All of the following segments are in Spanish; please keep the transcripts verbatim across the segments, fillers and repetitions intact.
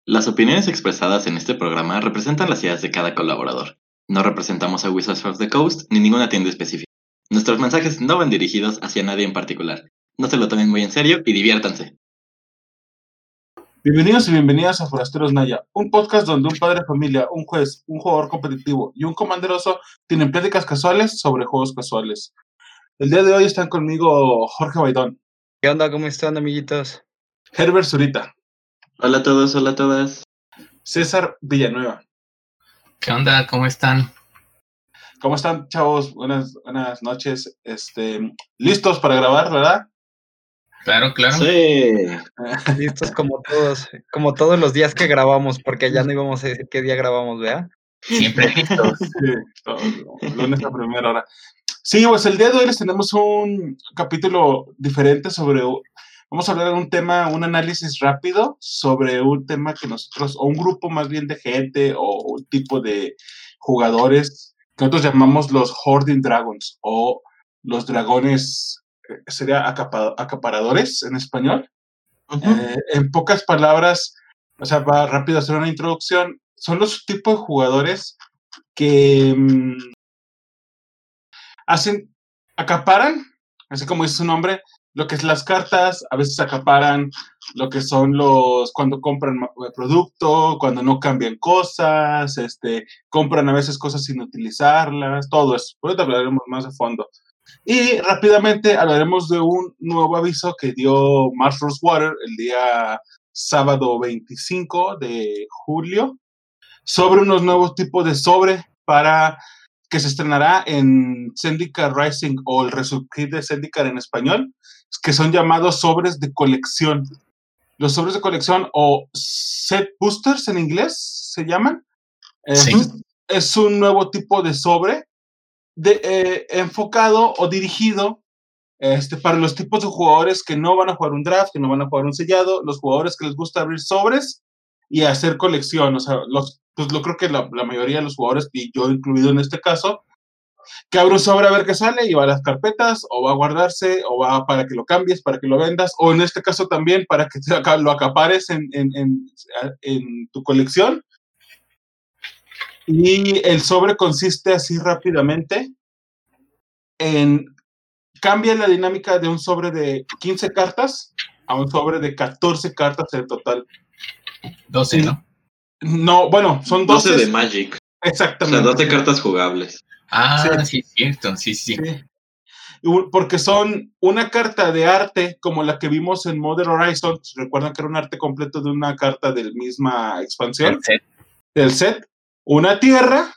Las opiniones expresadas en este programa representan las ideas de cada colaborador. No representamos a Wizards of the Coast ni ninguna tienda específica. Nuestros mensajes no van dirigidos hacia nadie en particular. No se lo tomen muy en serio y diviértanse. Bienvenidos y bienvenidas a Forasteros Naya, un podcast donde un padre de familia, un juez, un jugador competitivo y un comanderoso tienen pláticas casuales sobre juegos casuales. El día de hoy están conmigo Jorge Baidón. ¿Qué onda? ¿Cómo están, amiguitos? Herbert Zurita. Hola a todos, hola a todas. César Villanueva. ¿Qué onda? ¿Cómo están? ¿Cómo están, chavos? Buenas, buenas noches. Este, listos para grabar, ¿verdad? Claro, claro. Sí. Listos como todos, como todos los días que grabamos, porque ya no íbamos a decir qué día grabamos, ¿verdad? Siempre listos. Sí, todos, lunes a primera hora. Sí, pues el día de hoy les tenemos un capítulo diferente sobre, vamos a hablar de un tema, un análisis rápido sobre un tema que nosotros, o un grupo más bien de gente, o un tipo de jugadores que nosotros llamamos los Hoarding Dragons, o los dragones, sería acapa- acaparadores en español. Uh-huh. Eh, en pocas palabras, o sea, para rápido hacer una introducción, son los tipos de jugadores que mmm, hacen, acaparan, así como dice su nombre, lo que es las cartas, a veces acaparan lo que son los, cuando compran producto, cuando no cambian cosas, este, compran a veces cosas sin utilizarlas, todo eso. Ahorita hablaremos más a fondo. Y rápidamente hablaremos de un nuevo aviso que dio Matt Rosewater el día sábado veinticinco de julio sobre unos nuevos tipos de sobre para que se estrenará en Zendikar Rising o el resurgir de Zendikar en español, que son llamados sobres de colección. Los sobres de colección o set boosters en inglés se llaman. Sí. Es, es un nuevo tipo de sobre de, eh, enfocado o dirigido este, para los tipos de jugadores que no van a jugar un draft, que no van a jugar un sellado, los jugadores que les gusta abrir sobres y hacer colección. O sea, los, pues yo creo que la, la mayoría de los jugadores, y yo incluido en este caso, que abre un sobre a ver qué sale y va a las carpetas, o va a guardarse, o va para que lo cambies, para que lo vendas, o en este caso también para que te, lo acapares en, en, en, en tu colección. Y el sobre consiste así rápidamente en... Cambia la dinámica de un sobre de quince cartas a un sobre de catorce cartas en total. doce, ¿no? No, bueno, son doce. doce de Magic. Exactamente. O sea, doce cartas jugables. Ah, sí, es cierto, sí, sí. sí. Porque son una carta de arte como la que vimos en Modern Horizon. Recuerdan que era un arte completo de una carta de la misma expansión. El set. Del set. Una tierra,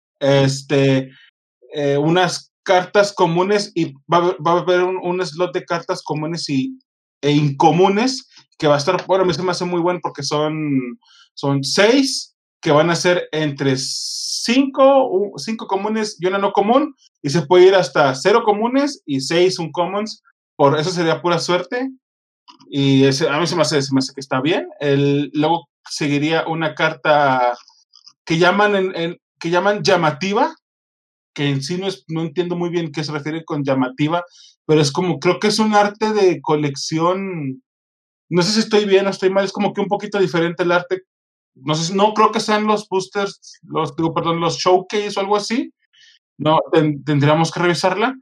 este, eh, unas cartas comunes y va a, va a haber un, un slot de cartas comunes y, e incomunes que va a estar, bueno, a mí se me hace muy bueno porque son, son seis que van a ser entre cinco, cinco comunes y una no común y se puede ir hasta cero comunes y seis uncommons, por eso sería pura suerte y ese, a mí se me, hace, se me hace que está bien. El, luego seguiría una carta que llaman, en, en, que llaman llamativa, que en sí no, es, no entiendo muy bien qué se refiere con llamativa, pero es como, creo que es un arte de colección, no sé si estoy bien o estoy mal, es como que un poquito diferente el arte, no sé, no creo que sean los boosters, los, digo, perdón, los showcase o algo así, no, ten, tendríamos que revisarla,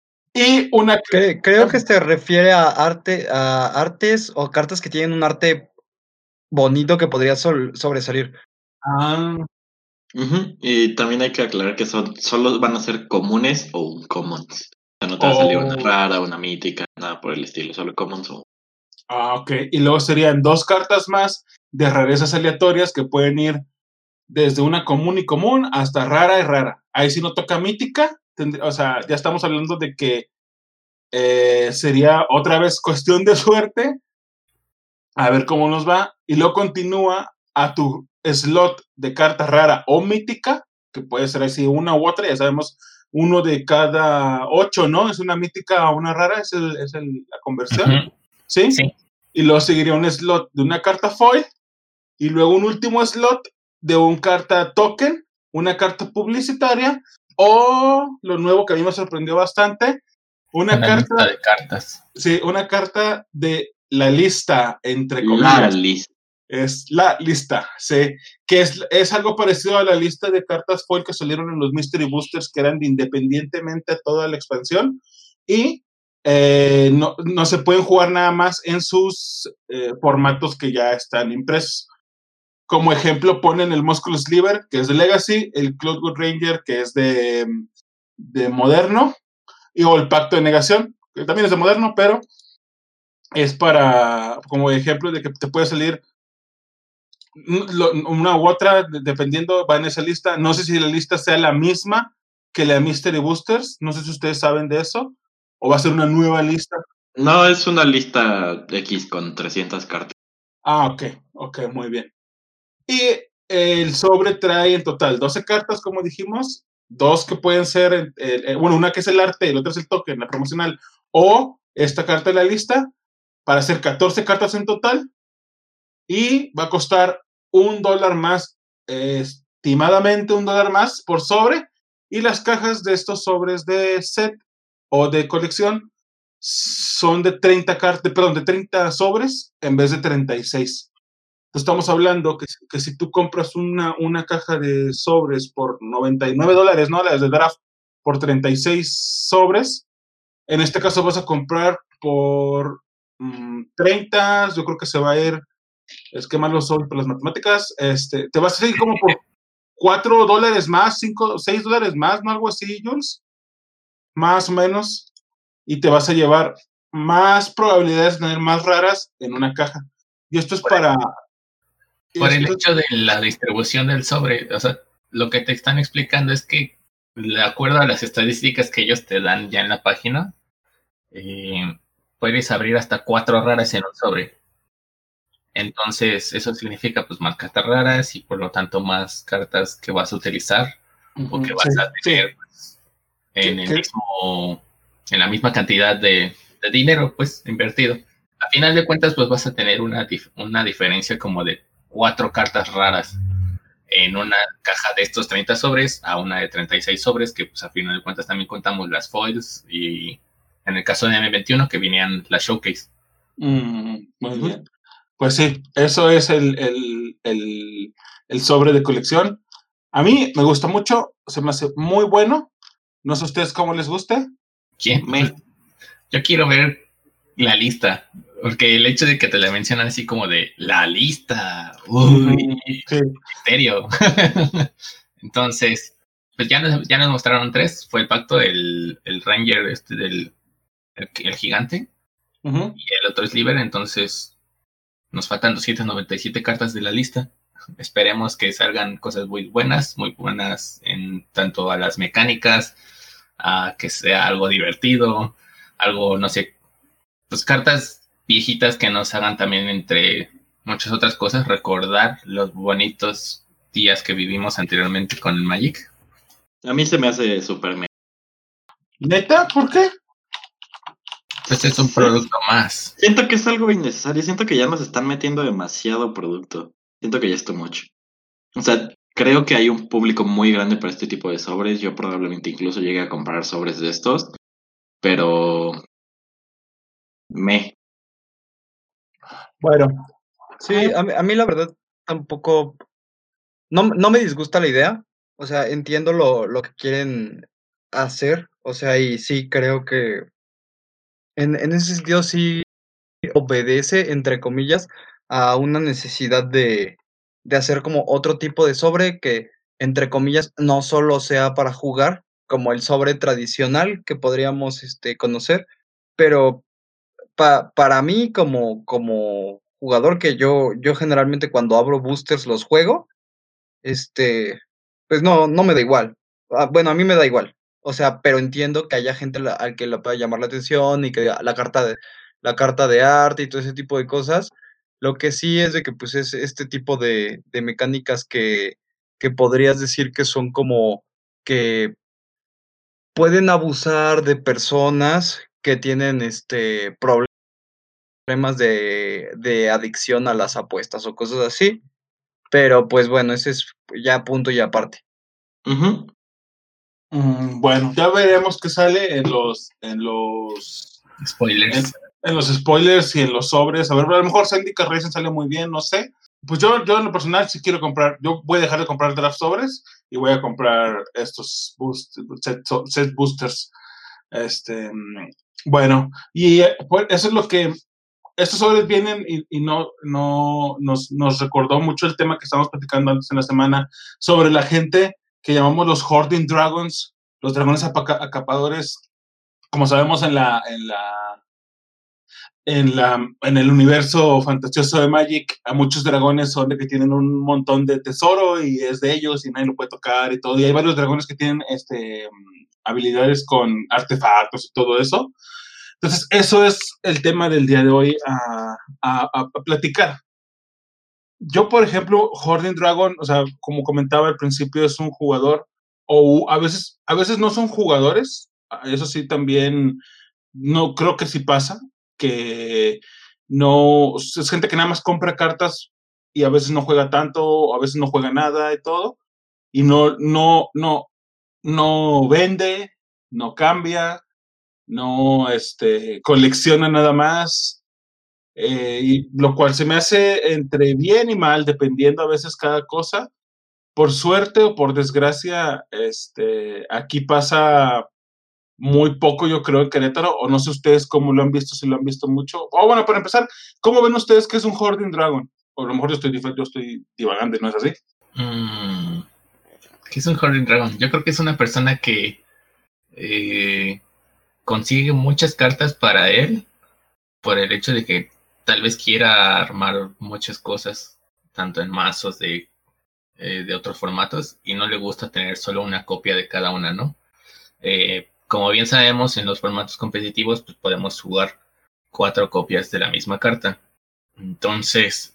y una... Creo, creo que se refiere a arte, a artes o cartas que tienen un arte bonito que podría sol, sobresalir. Ah... Uh-huh. Y también hay que aclarar que son, solo van a ser comunes o uncommons. O sea, no te va oh. a salir una rara, una mítica, nada por el estilo, solo commons o... Ah, ok. Y luego serían dos cartas más de rarezas aleatorias que pueden ir desde una común y común hasta rara y rara. Ahí si no toca mítica, tend- o sea, ya estamos hablando de que eh, sería otra vez cuestión de suerte, a ver cómo nos va, y luego continúa a tu slot de carta rara o mítica, que puede ser así una u otra, ya sabemos, uno de cada ocho, ¿no? Es una mítica o una rara, es, el, es el, la conversión, Uh-huh. ¿sí? Sí. Y luego seguiría un slot de una carta foil, y luego un último slot de una carta token, una carta publicitaria, o lo nuevo que a mí me sorprendió bastante, una, una carta lista de cartas. Sí, una carta de la lista, entre comillas. La lista. es la lista, sí, que es, es algo parecido a la lista de cartas foil que salieron en los Mystery Boosters, que eran de independientemente a toda la expansión, y eh, no, no se pueden jugar nada más en sus eh, formatos que ya están impresos. Como ejemplo ponen el Muscle Sliver, que es de Legacy, el Cloudwood Ranger, que es de, de Moderno, y o el Pacto de Negación, que también es de Moderno, pero es para, como ejemplo de que te puede salir una u otra, dependiendo, va en esa lista. No sé si la lista sea la misma que la Mystery Boosters, no sé si ustedes saben de eso, o va a ser una nueva lista. No, es una lista X con trescientas cartas. Ah, ok, ok, muy bien. Y el sobre trae en total doce cartas, como dijimos, dos que pueden ser, eh, eh, bueno, una que es el arte y la otra es el token, la promocional, o esta carta de la lista, para hacer catorce cartas en total, y va a costar un dólar más, eh, estimadamente un dólar más por sobre, y las cajas de estos sobres de set o de colección son de treinta cartas, perdón, de treinta sobres en vez de treinta y seis. Estamos hablando que, que si tú compras una, una caja de sobres por noventa y nueve dólares, ¿no? Las de draft, por treinta y seis sobres, en este caso vas a comprar por mmm, treinta, yo creo que se va a ir, es que malo soy por las matemáticas, este, te vas a ir como por cuatro dólares más, cinco, seis dólares más, ¿no? Algo así, Jules, más o menos, y te vas a llevar más probabilidades de tener más raras en una caja. Y esto es para... Por el hecho de la distribución del sobre, o sea, lo que te están explicando es que, de acuerdo a las estadísticas que ellos te dan ya en la página, eh, puedes abrir hasta cuatro raras en un sobre. Entonces, eso significa pues más cartas raras y por lo tanto más cartas que vas a utilizar uh-huh, o que vas sí, a tener sí. pues, en el ¿Qué? mismo, en la misma cantidad de, de dinero pues invertido. A final de cuentas, pues vas a tener una, una diferencia como de cuatro cartas raras en una caja de estos treinta sobres a una de treinta y seis sobres, que pues a final de cuentas también contamos las foils y en el caso de eme veintiuno que venían las showcase. Mm, muy bien. Pues sí, eso es el, el, el, el sobre de colección. A mí me gusta mucho, se me hace muy bueno. No sé a ustedes cómo les guste. ¿Quién? Me... Yo quiero ver la lista. Porque el hecho de que te la mencionan así como de la lista, uy, sí. misterio. Entonces, pues ya nos, ya nos mostraron tres. Fue el pacto, el, el Ranger este del el, el gigante, uh-huh. y el otro es Sliver. Entonces, nos faltan doscientas noventa y siete cartas de la lista. Esperemos que salgan cosas muy buenas, muy buenas en tanto a las mecánicas, a que sea algo divertido, algo, no sé, pues cartas viejitas que nos hagan también, entre muchas otras cosas, recordar los bonitos días que vivimos anteriormente con el Magic. A mí se me hace súper mega. ¿Neta? ¿Por qué? Pues es un sí. producto más. Siento que es algo innecesario, siento que ya nos están metiendo demasiado producto. Siento que ya es too much. O sea, creo que hay un público muy grande para este tipo de sobres. Yo probablemente incluso llegue a comprar sobres de estos, pero... me... Bueno, sí, a mí, a mí la verdad tampoco, no, no me disgusta la idea, o sea, entiendo lo, lo que quieren hacer, o sea, y sí creo que en, en ese sentido sí obedece, entre comillas, a una necesidad de, de hacer como otro tipo de sobre que, entre comillas, no solo sea para jugar, como el sobre tradicional que podríamos este, conocer, pero... Pa, para mí, como, como jugador, que yo, yo generalmente cuando abro boosters los juego, este, pues no, no me da igual. Ah, bueno, a mí me da igual. O sea, pero entiendo que haya gente la, al que le pueda llamar la atención y que la carta de, la carta de arte y todo ese tipo de cosas. Lo que sí es de que pues es este tipo de, de mecánicas que, que podrías decir que son como que pueden abusar de personas que tienen este problemas problemas de, de adicción a las apuestas o cosas así, pero pues bueno, ese es ya punto y aparte. Uh-huh. Mm, bueno, ya veremos qué sale en los en los spoilers. En, en los spoilers y en los sobres. A ver, a lo mejor Zendikar Racing sale muy bien, no sé. pues yo, yo en lo personal sí quiero comprar, yo voy a dejar de comprar draft sobres y voy a comprar estos boost, set, set boosters. Este, bueno, y pues eso es lo que, estos sobres vienen y, y no, no nos, nos recordó mucho el tema que estábamos platicando antes en la semana sobre la gente que llamamos los Hoarding Dragons, los dragones acapadores. Como sabemos en la, en la En, la, en el universo fantasioso de Magic, a muchos dragones son de que tienen un montón de tesoro y es de ellos y nadie lo puede tocar y todo. Y hay varios dragones que tienen este, habilidades con artefactos y todo eso. Entonces, eso es el tema del día de hoy a, a, a platicar. Yo, por ejemplo, Hoarding Dragon, o sea, como comentaba al principio, es un jugador, o a veces, a veces no son jugadores, eso sí también, no creo que sí pasa, que no, es gente que nada más compra cartas y a veces no juega tanto, o a veces no juega nada y todo, y no, no, no, no vende, no cambia, no este, colecciona nada más, eh, y lo cual se me hace entre bien y mal, dependiendo a veces cada cosa. Por suerte o por desgracia, este, aquí pasa muy poco, yo creo, en Querétaro, o no sé ustedes cómo lo han visto, si lo han visto mucho. O bueno, para empezar, ¿cómo ven ustedes que es un Hoarding Dragon? O a lo mejor yo estoy, yo estoy divagando, ¿no es así? Mm, ¿Qué es un Hoarding Dragon? Yo creo que es una persona que eh, consigue muchas cartas para él por el hecho de que tal vez quiera armar muchas cosas, tanto en mazos de, eh, de otros formatos, y no le gusta tener solo una copia de cada una, ¿no? Eh, como bien sabemos, en los formatos competitivos pues podemos jugar cuatro copias de la misma carta. Entonces,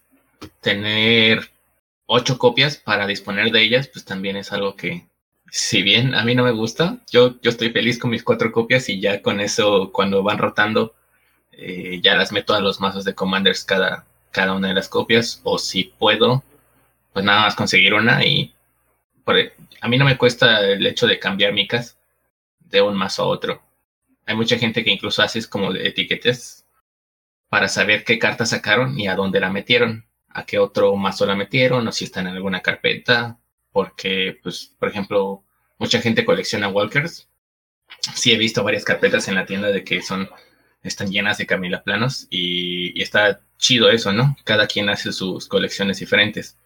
tener ocho copias para disponer de ellas, pues también es algo que, si bien a mí no me gusta, yo, yo estoy feliz con mis cuatro copias y ya con eso, cuando van rotando, eh, ya las meto a los mazos de Commanders cada, cada una de las copias, o si puedo, pues nada más conseguir una y por, a mí no me cuesta el hecho de cambiar micas de un mazo a otro. Hay mucha gente que incluso hace como etiquetas para saber qué carta sacaron y a dónde la metieron, a qué otro mazo la metieron o si está en alguna carpeta, porque, pues, por ejemplo, mucha gente colecciona walkers. Sí he visto varias carpetas en la tienda de que son, están llenas de camilaplanos y, y está chido eso, ¿no? Cada quien hace sus colecciones diferentes,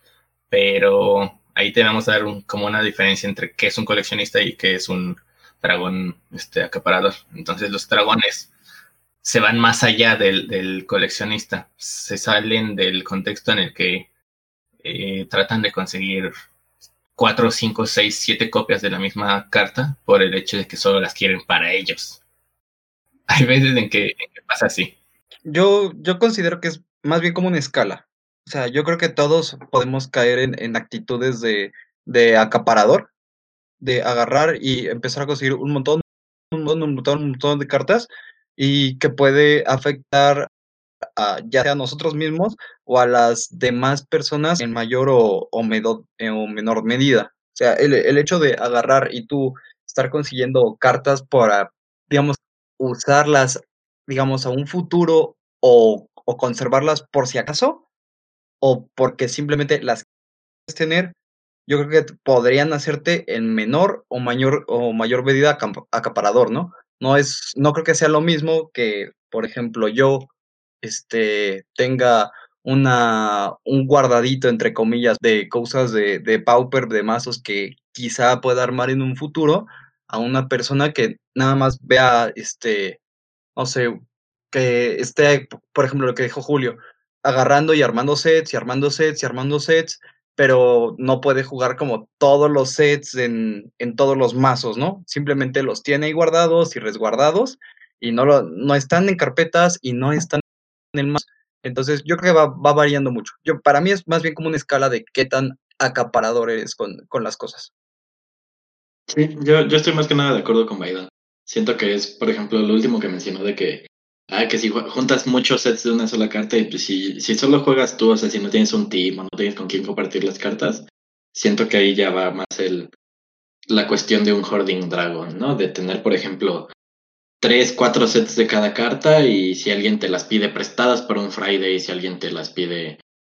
pero ahí tenemos que dar un, como una diferencia entre qué es un coleccionista y qué es un dragón este, acaparador. Entonces los dragones se van más allá del, del coleccionista, se salen del contexto en el que eh, tratan de conseguir cuatro, cinco, seis, siete copias de la misma carta por el hecho de que solo las quieren para ellos. Hay veces en que, en que pasa así. Yo, yo considero que es más bien como una escala. O sea, yo creo que todos podemos caer en, en actitudes de, de acaparador, de agarrar y empezar a conseguir un montón, un montón, un montón, un montón de cartas y que puede afectar a, ya sea a nosotros mismos o a las demás personas en mayor o, o, medo, eh, o menor medida. O sea, el, el hecho de agarrar y tú estar consiguiendo cartas para, digamos, usarlas, digamos, a un futuro o, o conservarlas por si acaso o porque simplemente las quieres tener, yo creo que podrían hacerte en menor o mayor o mayor medida acaparador, ¿no? No es, no creo que sea lo mismo que, por ejemplo, yo este, tenga una, un guardadito, entre comillas, de cosas de, de pauper, de mazos que quizá pueda armar en un futuro, a una persona que nada más vea, este, no sé, que esté, por ejemplo, lo que dijo Julio, agarrando y armando sets y armando sets y armando sets, pero no puede jugar como todos los sets en, en todos los mazos, ¿no? Simplemente los tiene ahí guardados y resguardados y no, lo, no están en carpetas y no están en el mazo. Entonces, yo creo que va, va variando mucho. Yo, para mí es más bien como una escala de qué tan acaparador eres con, con las cosas. Sí, yo, yo estoy más que nada de acuerdo con Baidan. Siento que es, por ejemplo, lo último que mencionó de que, ah, que si juntas muchos sets de una sola carta y pues si, si solo juegas tú, o sea, si no tienes un team o no tienes con quién compartir las cartas, siento que ahí ya va más el, la cuestión de un Hoarding Dragon, ¿no? De tener, por ejemplo, tres, cuatro sets de cada carta y si alguien te las pide prestadas para un Friday, si alguien te las pide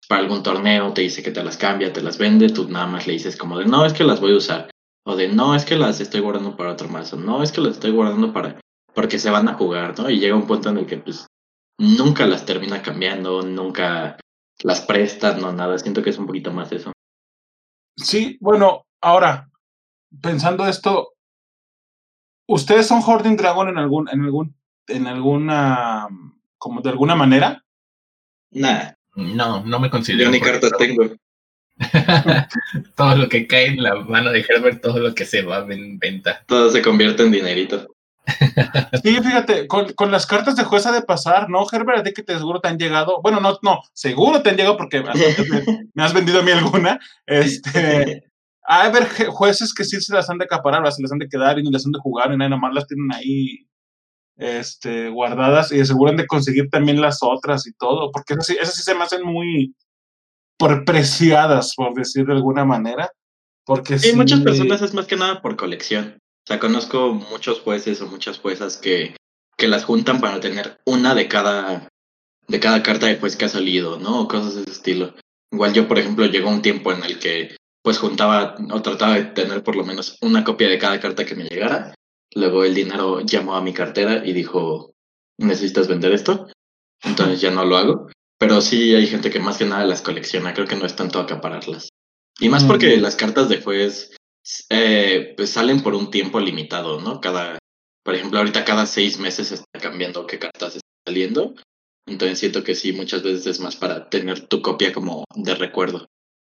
para algún torneo, te dice que te las cambia, te las vende, tú nada más le dices como de no, es que las voy a usar, o de no, es que las estoy guardando para otro mazo, no, es que las estoy guardando para, porque se van a jugar, ¿no? Y llega un punto en el que pues nunca las termina cambiando, nunca las prestan, no nada, siento que es un poquito más eso. Sí, bueno, ahora, pensando esto, ¿ustedes son Hoarding Dragon en algún, en algún, en alguna, como de alguna manera? Nah, No, no me yo considero. ni porque cartas tengo. todo lo que cae en la mano de Herbert, todo lo que se va en venta. Todo se convierte en dinerito. Sí, fíjate, con, con las cartas de jueza de pasar, ¿no, Herbert? A ti que te seguro te han llegado, bueno, no, no, seguro te han llegado porque hasta me, me has vendido a mí alguna, este, hay ver je- jueces que sí se las han de acaparar, se las han de quedar y no las han de jugar y nada, nomás las tienen ahí, este, guardadas y aseguran de conseguir también las otras y todo, porque esas sí, esas sí se me hacen muy por preciadas, por decir de alguna manera, porque Sí, sí, muchas personas es más que nada por colección. O sea, conozco muchos jueces o muchas juezas que, que las juntan para tener una de cada, de cada carta de juez que ha salido, ¿no? O cosas de ese estilo. Igual yo, por ejemplo, llegó un tiempo en el que pues juntaba o trataba de tener por lo menos una copia de cada carta que me llegara. Luego el dinero llamó a mi cartera y dijo, ¿necesitas vender esto? Entonces ya no lo hago. Pero sí hay gente que más que nada las colecciona. Creo que no es tanto acapararlas. Y más porque mm, las cartas de juez eh, pues salen por un tiempo limitado, ¿no? Cada, por ejemplo, ahorita cada seis meses se está cambiando qué cartas están saliendo. Entonces siento que sí, muchas veces es más para tener tu copia como de recuerdo.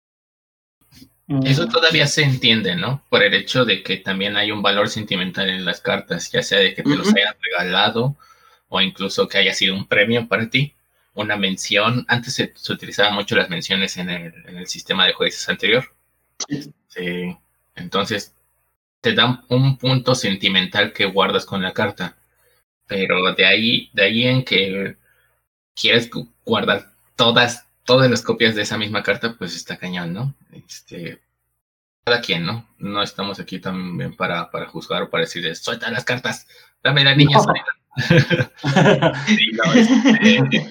Eso mm, todavía se entiende, ¿no? Por el hecho de que también hay un valor sentimental en las cartas, ya sea de que te los Ujú. hayan regalado o incluso que haya sido un premio para ti, una mención. Antes se, se utilizaban mucho las menciones en el, en el sistema de jueces anterior. Sí. Entonces, te dan un punto sentimental que guardas con la carta. Pero de ahí, de ahí en que quieres gu- guardar todas, todas las copias de esa misma carta, pues está cañón, ¿no? Este, cada quien, ¿no? No estamos aquí también para, para juzgar o para decirles, suelta las cartas, dame la niña no. solita. Sí, no, este,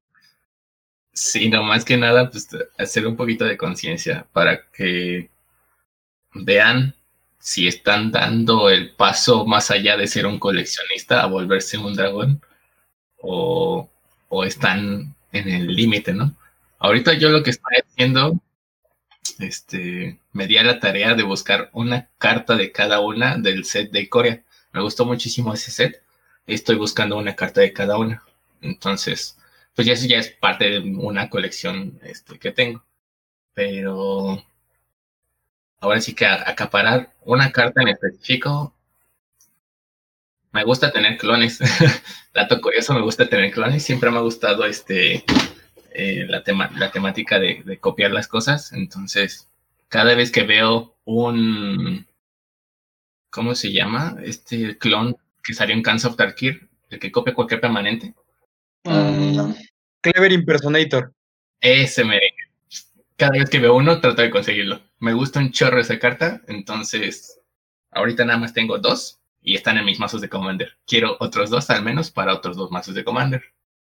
sí, no, más que nada, pues hacer un poquito de conciencia para que vean si están dando el paso más allá de ser un coleccionista a volverse un dragón o, o están en el límite, ¿no? Ahorita yo lo que estoy haciendo, este, me di a la tarea de buscar una carta de cada una del set de Corea. Me gustó muchísimo ese set. Estoy buscando una carta de cada una. Entonces, pues ya eso ya es parte de una colección este, que tengo. Pero ahora sí que a- acaparar una carta en específico, me gusta tener clones. Dato curioso, me gusta tener clones. Siempre me ha gustado este eh, la, tema, la temática de, de copiar las cosas. Entonces, cada vez que veo un, ¿cómo se llama? Este clon que salió en Cans of Tarkir, el que copia cualquier permanente. Mm, Clever Impersonator. Ese me... Cada vez que veo uno, trato de conseguirlo. Me gusta un chorro esa carta, entonces ahorita nada más tengo dos y están en mis mazos de Commander. Quiero otros dos al menos para otros dos mazos de Commander.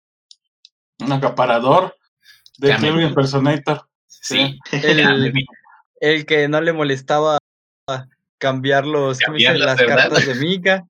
un acaparador de Ya me Clever vi. Impersonator. Sí, Sí. ya me El, vi. el que no le molestaba cambiar los, ¿cómo dice? Cambiarlas, Las ¿verdad? cartas de Mika.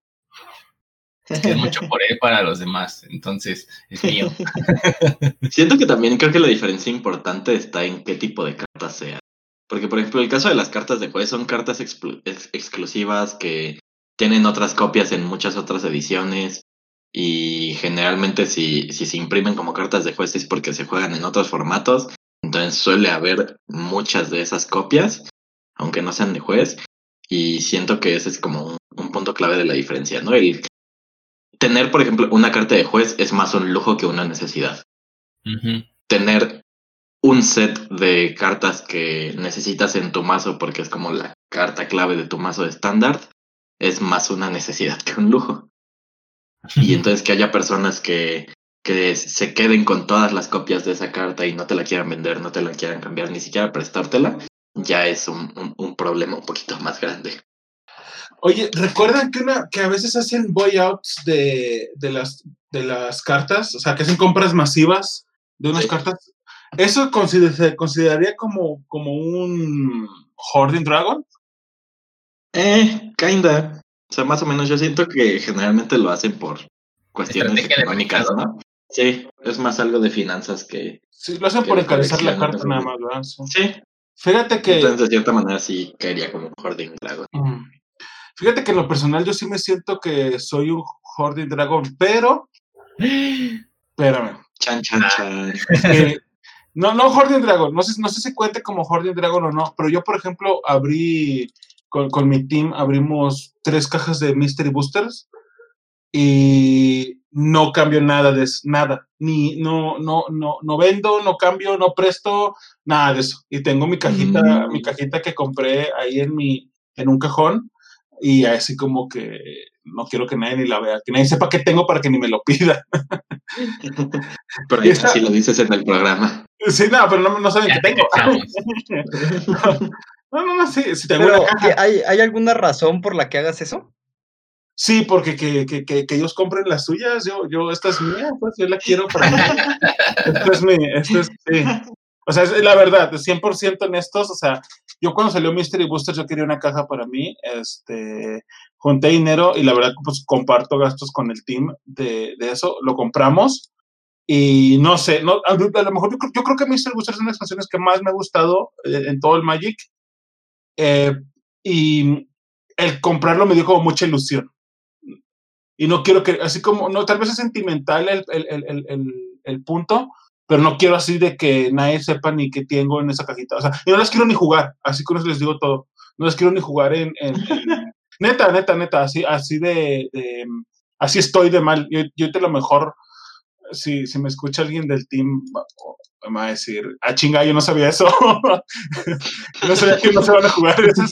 Es mucho por él para los demás, entonces es mío. Siento que también creo que la diferencia importante está en qué tipo de cartas sea. Porque, por ejemplo, el caso de las cartas de juez son cartas explu- ex- exclusivas que tienen otras copias en muchas otras ediciones y generalmente si, si se imprimen como cartas de juez es porque se juegan en otros formatos. Entonces suele haber muchas de esas copias, aunque no sean de juez. Y siento que ese es como un, un punto clave de la diferencia, ¿no? El tener, por ejemplo, una carta de juez es más un lujo que una necesidad. Ujú. Tener un set de cartas que necesitas en tu mazo porque es como la carta clave de tu mazo de estándar es más una necesidad que un lujo. Y entonces que haya personas que, que se queden con todas las copias de esa carta y no te la quieran vender, no te la quieran cambiar, ni siquiera prestártela, ya es un, un, un problema un poquito más grande. Oye, ¿recuerdan que, una, que a veces hacen buyouts de, de, las, de las cartas? O sea, que hacen compras masivas de unas Sí. cartas. ¿Eso consider- se consideraría como, como un Hoarding Dragon? Eh, kinda. O sea, más o menos yo siento que generalmente lo hacen por cuestiones Estrategia de económicas, mercado. ¿no? Sí, es más algo de finanzas que, Sí, lo hacen que por de encarecer la colección. carta nada más, ¿verdad? Sí. Sí, Fíjate que, entonces de cierta manera sí caería como un Hoarding Dragon. mm, fíjate que en lo personal yo sí me siento que soy un Hoarding Dragon, pero, espérame, Chan, chan, chan. que, no, no Hoarding Dragon, no sé, no sé si cuente como Hoarding Dragon o no, pero yo, por ejemplo, abrí, con, con mi team, abrimos tres cajas de Mystery Boosters y no cambio nada de eso, nada, ni, no, no, no, no vendo, no cambio, no presto, nada de eso. Y tengo mi cajita, Mm. mi cajita que compré ahí en mi, en un cajón, y así como que no quiero que nadie ni la vea, que nadie sepa qué tengo para que ni me lo pida. Pero Y ahí- así esta, lo dices en el programa. sí, no, pero no, no saben Ya qué te tengo. cachamos. No, no, no, sí, sí tengo Pero, una ¿ti- caja. ¿hay, ¿hay alguna razón por la que hagas eso? Sí, porque que, que, que, que ellos compren las suyas, yo, yo, esta es mía, pues yo la quiero para mí. Esta es mi, esta es, sí. O sea, es la verdad, cien por ciento honestos, o sea, yo cuando salió Mystery Booster yo quería una caja para mí, este, junté dinero y la verdad pues comparto gastos con el team de, de eso, lo compramos y no sé, no, a, a lo mejor yo, creo- yo creo que Mystery Booster es una de las expansiones que más me ha gustado eh, en todo el Magic eh, y el comprarlo me dio como mucha ilusión y no quiero que, así como, no, tal vez es sentimental el, el, el, el, el, el punto, pero no quiero así de que nadie sepa ni qué tengo en esa cajita. O sea, yo no las quiero ni jugar, así con eso les digo todo. No las quiero ni jugar en, en, en neta, neta, neta, así, así de, de, así estoy de mal. Yo, yo te lo mejor, si, si me escucha alguien del team, me va a decir, ah, chinga, yo no sabía eso. No sabía que no se van a jugar esas.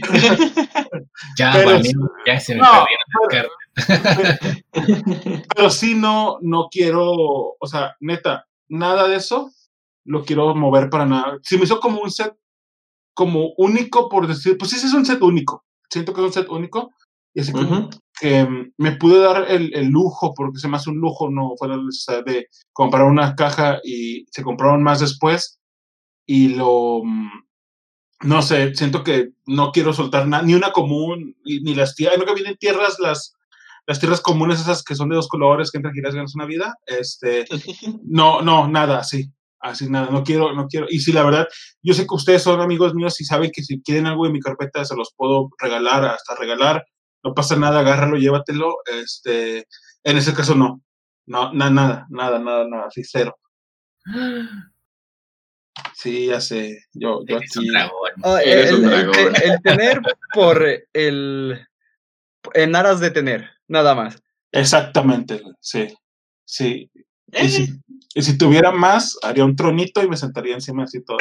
Ya, Pero, vale, ya se me no, perdieron las pero, cartas. pero sí no, no quiero, o sea, neta, nada de eso lo quiero mover para nada. Si me hizo como un set, como único por decir, pues sí, sí es un set único. Siento que es un set único. Y así como Ujú. que mm, me pude dar el, el lujo, porque se me hace un lujo, no fuera necesidad de comprar una caja y se compraron más después. Y lo, mm, no sé, siento que no quiero soltar nada, ni una común, ni, ni las tierras, no que vienen tierras, las, las tierras comunes esas que son de dos colores, que entran giras ganas una vida, este, no, no, nada, así, así nada, no quiero, no quiero, y si la verdad, yo sé que ustedes son amigos míos y saben que si quieren algo de mi carpeta se los puedo regalar, hasta regalar, no pasa nada, agárralo, llévatelo, este, en ese caso no, no, na, nada, nada, nada, nada, así cero, sí, ya sé, yo, yo Eres un aquí, dragón. Ah, Eres un el, el, te- dragón. el tener por el... En aras de tener, nada más. exactamente, sí, sí, y si, Eh, y si tuviera más, haría un tronito y me sentaría encima así todo.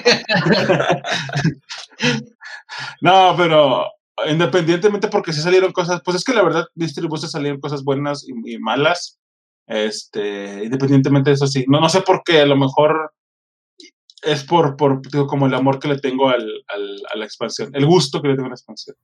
No, pero independientemente porque si salieron cosas, pues es que la verdad, Distribution salieron cosas buenas y, y malas. Este, independientemente de eso, sí. No, no sé por qué, a lo mejor es por, por digo, como el amor que le tengo al, al, a la expansión, el gusto que le tengo a la expansión.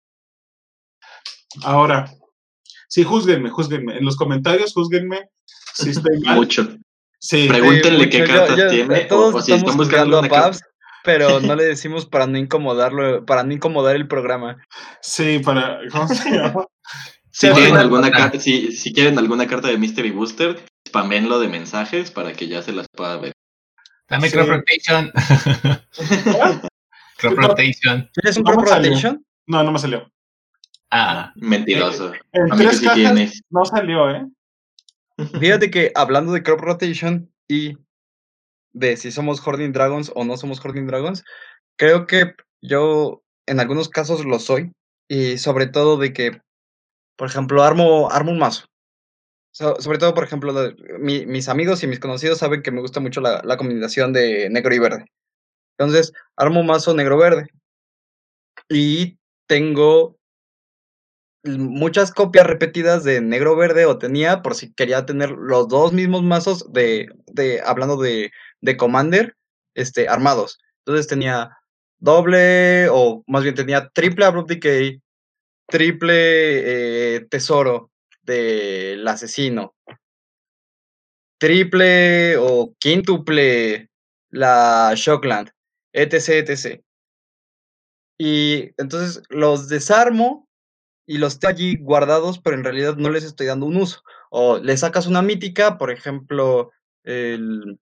Ahora, sí, júzguenme, júzguenme. En los comentarios, júzguenme si estoy mal. mucho. Sí, Pregúntenle Sí, qué mucho. Yo, cartas yo, tiene o, todos o si estamos están buscando juzgando a una carta. Pabs, pero no le decimos para no incomodarlo, para no incomodar el programa. sí, para, ¿cómo se llama? Si Sí, tienen para- alguna carta, si, si quieren alguna carta de Mystery Booster, spamenlo de mensajes para que ya se las pueda ver. Dame sí. Crop Rotation. ¿Ah? Crop No, Rotation. ¿Tienes un no Crop me salió. Rotation? No, no me salió. Ah, Mentiroso. En A mí que tres sí cajas tienes. no salió, ¿eh? Fíjate que hablando de Crop Rotation y de si somos Hoarding Dragons o no somos Hoarding Dragons, creo que yo en algunos casos lo soy. Y sobre todo de que, por ejemplo, armo, armo un mazo. So- sobre todo, por ejemplo, de- mi- mis amigos y mis conocidos saben que me gusta mucho la, la combinación de negro y verde. Entonces, armo un mazo negro-verde. Y tengo l- muchas copias repetidas de negro-verde, o tenía, por si quería tener los dos mismos mazos de, de hablando de, de Commander, este, armados. Entonces tenía doble, o más bien tenía triple Abrupt Decay, triple eh, Tesoro del asesino, triple o quíntuple la Shockland, etc, etcétera. Y entonces los desarmo y los tengo allí guardados, pero en realidad no les estoy dando un uso. O le sacas una mítica, por ejemplo, el,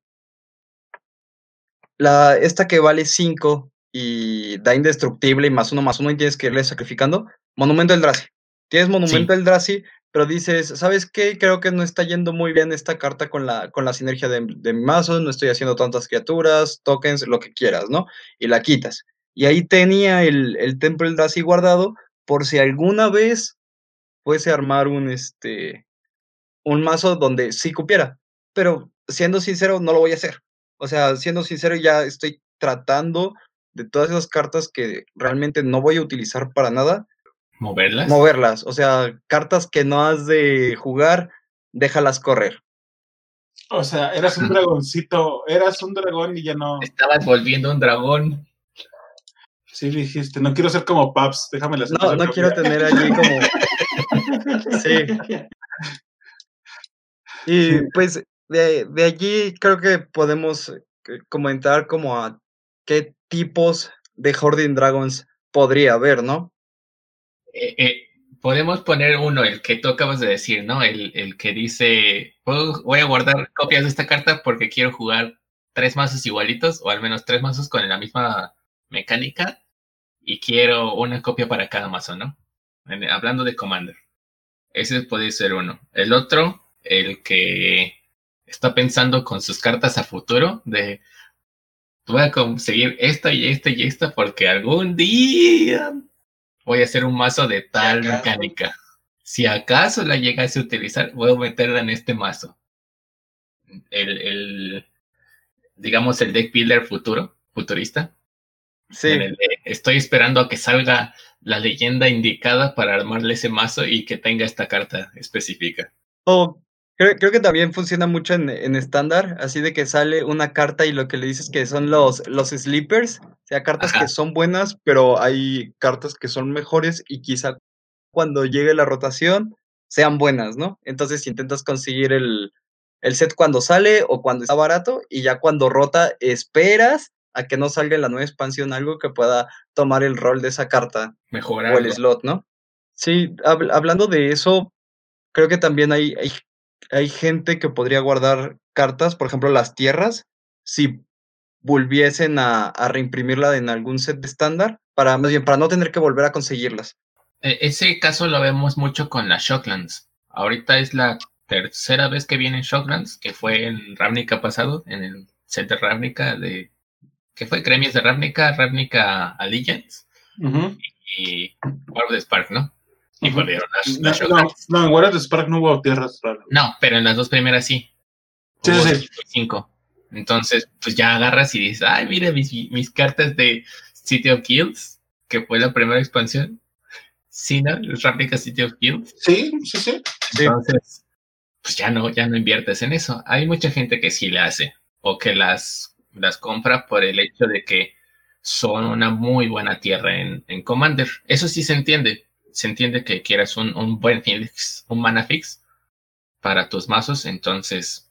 la, esta que vale cinco y da indestructible y más uno más uno y tienes que irle sacrificando. Monumento Eldrazi. Tienes Monumento Sí. Eldrazi, pero dices, ¿sabes qué? Creo que no está yendo muy bien esta carta con la, con la sinergia de, de mi mazo, no estoy haciendo tantas criaturas, tokens, lo que quieras, ¿no? Y la quitas. Y ahí tenía el, el Templo Eldrazi guardado por si alguna vez fuese a armar un, este, un mazo donde sí cupiera. Pero siendo sincero, no lo voy a hacer. O sea, siendo sincero, ya estoy tratando de todas esas cartas que realmente no voy a utilizar para nada, ¿Moverlas? moverlas. O sea, cartas que no has de jugar, déjalas correr. O sea, eras un dragoncito, eras un dragón y ya no. Estabas volviendo un dragón. Sí, dijiste, no quiero ser como Paps, déjame las No, no quiero tener allí como. Sí. Y Sí. pues de, de allí creo que podemos comentar como a qué tipos de Hoarding Dragons podría haber, ¿no? Eh, eh, podemos poner uno, el que tú acabas de decir, ¿no? El, el que dice, voy a guardar copias de esta carta porque quiero jugar tres mazos igualitos, o al menos tres mazos con la misma mecánica, y quiero una copia para cada mazo, ¿no? En, hablando de Commander. Ese puede ser uno. El otro, el que está pensando con sus cartas a futuro, de voy a conseguir esta y esta y esta porque algún día voy a hacer un mazo de tal mecánica. Si acaso la llegase a utilizar, voy a meterla en este mazo. El, el digamos, el deck builder futuro, futurista. Sí. En el de, estoy esperando a que salga la leyenda indicada para armarle ese mazo y que tenga esta carta específica. O creo, creo que también funciona mucho en, en estándar, así de que sale una carta y lo que le dices que son los, los sleepers, o sea, cartas Ajá. que son buenas, pero hay cartas que son mejores y quizá cuando llegue la rotación sean buenas, ¿no? Entonces intentas conseguir el, el set cuando sale o cuando está barato y ya cuando rota esperas a que no salga en la nueva expansión algo que pueda tomar el rol de esa carta. Mejorarlo. O el slot, ¿no? Sí, hab- hablando de eso, creo que también hay, hay, hay gente que podría guardar cartas, por ejemplo, las tierras, si volviesen a, a reimprimirla en algún set de estándar, para, más bien, para no tener que volver a conseguirlas. E- ese caso lo vemos mucho con las Shocklands. Ahorita es la tercera vez que vienen Shocklands, que fue en Ravnica pasado, en el set de Ravnica de... ¿Qué fue? Gremios de Ravnica, Ravnica Allegiance Uh-huh. y War of the Spark, ¿no? Y Uh-huh. volvieron las, No, las no, Shocklands. no, en War of the Spark no hubo tierras raras. No, pero en las dos primeras sí. Sí, Hubo sí. cinco y cinco. Entonces, pues ya agarras y dices, ay, mira mis, mis cartas de City of Guilds, que fue la primera expansión. Sí, ¿no? Ravnica City of Guilds. Sí, sí, sí. Entonces, pues ya no, ya no inviertes en eso. Hay mucha gente que sí le hace, o que las, las compra por el hecho de que son una muy buena tierra en, en Commander. Eso sí se entiende. Se entiende que quieras un, un buen fix, un mana fix para tus mazos, entonces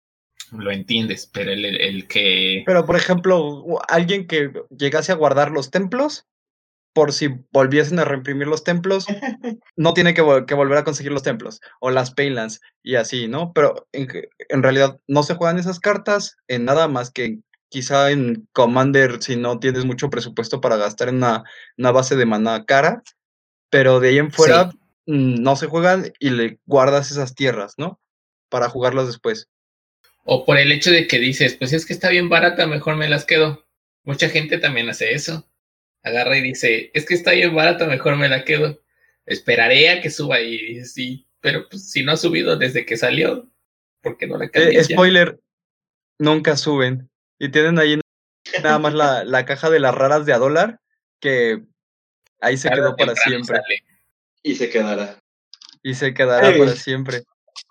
lo entiendes, pero el, el, el que... Pero, por ejemplo, alguien que llegase a guardar los templos, por si volviesen a reimprimir los templos, no tiene que, vol- que volver a conseguir los templos, o las Paylands, y así, ¿no? Pero en, en realidad no se juegan esas cartas en nada más que quizá en Commander, si no tienes mucho presupuesto para gastar en una, una base de maná cara, pero de ahí en fuera Sí. mm, no se juegan y le guardas esas tierras, ¿no? Para jugarlas después. O por el hecho de que dices, pues es que está bien barata, mejor me las quedo. Mucha gente también hace eso. Agarra y dice, es que está bien barata, mejor me la quedo. Esperaré a que suba y dices, sí, pero pues si no ha subido desde que salió, ¿por qué no la Eh, cambias ya? spoiler, nunca suben. Y tienen ahí nada más la, la caja de las raras de a dólar, que ahí se Tarde o quedó para temprano siempre. sale. Y se quedará. Y se quedará Ey. para siempre.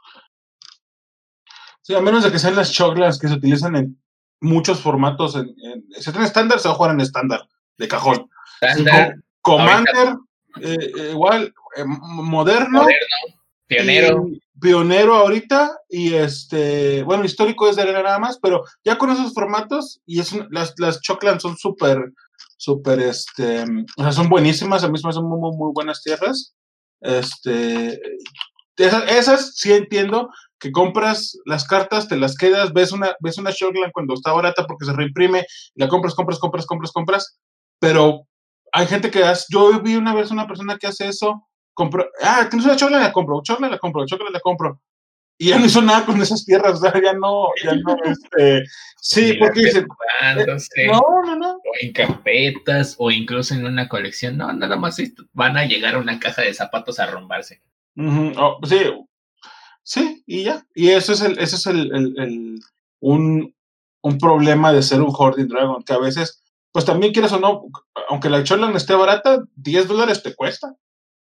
Sí, a menos de que sean las choclas que se utilizan en muchos formatos. En, en, si está en estándar, se va a jugar en estándar, de cajón. Estándar, Co- Commander, eh, eh, igual, eh, moderno. moderno, pionero. Y pionero ahorita y este, bueno, histórico es de arena nada más, pero ya con esos formatos y es un, las, las Choclan son súper, súper, este, o sea, son buenísimas, a mí me son muy, muy, muy buenas tierras. Este, esas, esas sí entiendo que compras las cartas, te las quedas, ves una, ves una Choclan cuando está barata porque se reimprime, la compras, compras, compras, compras, compras, pero hay gente que hace, yo vi una vez una persona que hace eso. Compro, ah, tienes una Choclan, la compro, Choclan, la compro, Choclan, la compro. Y ya no hizo nada con esas tierras, o sea, ya no, ya no, este, sí, porque dice, eh, no, no, no. O en carpetas, o incluso en una colección, no, nada más esto, van a llegar a una caja de zapatos a arrumbarse. Uh-huh. Oh, sí, sí, y ya, y eso es el, ese es el, el, el un, un problema de ser un Hoarding Dragon, que a veces, pues también quieres o no, aunque la Choclan esté barata, diez dólares te cuesta.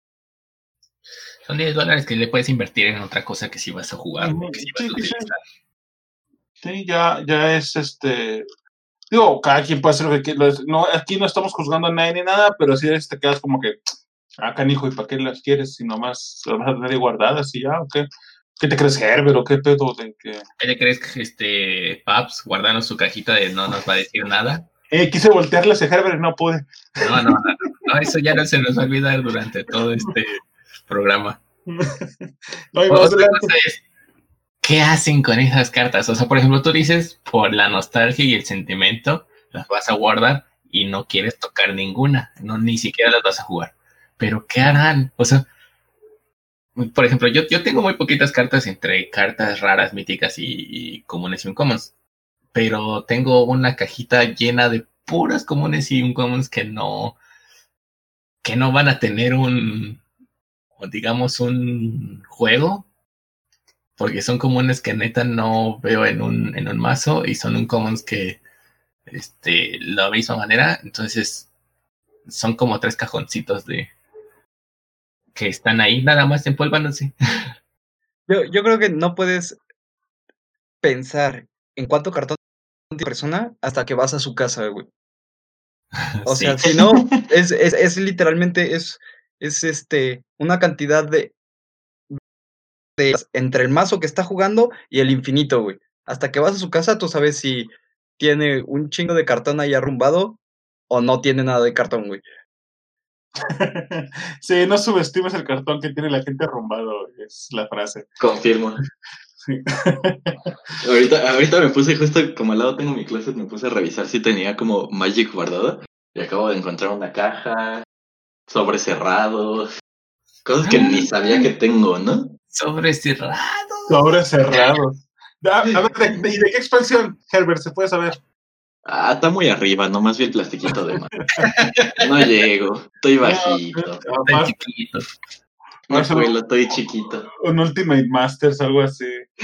Son diez dólares que le puedes invertir en otra cosa que si vas a jugar, uh-huh. que si vas sí, a utilizar. Sí, sí, ya, ya es este. Digo, cada quien puede hacer lo que quiera. No, aquí no estamos juzgando a nadie ni nada, pero sí te quedas como que, ah, canijo, ¿y para qué las quieres? Si nomás las vas a tener guardadas y ya, ¿o qué? ¿Qué te crees, Herbert, o qué pedo? ¿De qué? ¿Qué te crees que este Paps, guardando su cajita de no nos va a decir nada? Eh, quise voltearle hacia Herbert y no pude. No, no, no, no, eso ya no se nos va a olvidar durante todo este programa. No, y Otra cosa es, ¿qué hacen con esas cartas? O sea, por ejemplo, tú dices, por la nostalgia y el sentimiento, las vas a guardar y no quieres tocar ninguna, no, ni siquiera las vas a jugar. Pero, ¿qué harán? O sea, por ejemplo, yo, yo tengo muy poquitas cartas entre cartas raras, míticas y, y comunes y uncommons, pero tengo una cajita llena de puras comunes y uncommons que no, que no van a tener un, digamos, un juego, porque son comunes que neta no veo en un, en un mazo y son uncommons que este, la misma manera, entonces son como tres cajoncitos de que están ahí nada más empolvándose. Yo, yo creo que no puedes pensar en cuánto cartón tiene persona hasta que vas a su casa, güey. O Sí. sea, si no, es, es, es literalmente, es, es este, una cantidad de, de entre el mazo que está jugando y el infinito, güey. Hasta que vas a su casa, tú sabes si tiene un chingo de cartón ahí arrumbado o no tiene nada de cartón, güey. Sí, no subestimes el cartón que tiene la gente arrumbado, es la frase. Confirmo. Sí. ahorita, ahorita me puse justo como al lado tengo mi closet, me puse a revisar si tenía como Magic guardado y acabo de encontrar una caja, sobres cerrados, cosas que ni sabía que tengo, ¿no? Sobres cerrados. Sobres cerrados. A, a ver, ¿de, de, ¿de qué expansión, Herbert, se puede saber? Ah, está muy arriba, nomás vi el plastiquito de mano. No llego, estoy bajito. No, estoy chiquito. No, abuelo, estoy chiquito. Un Ultimate Masters, algo así.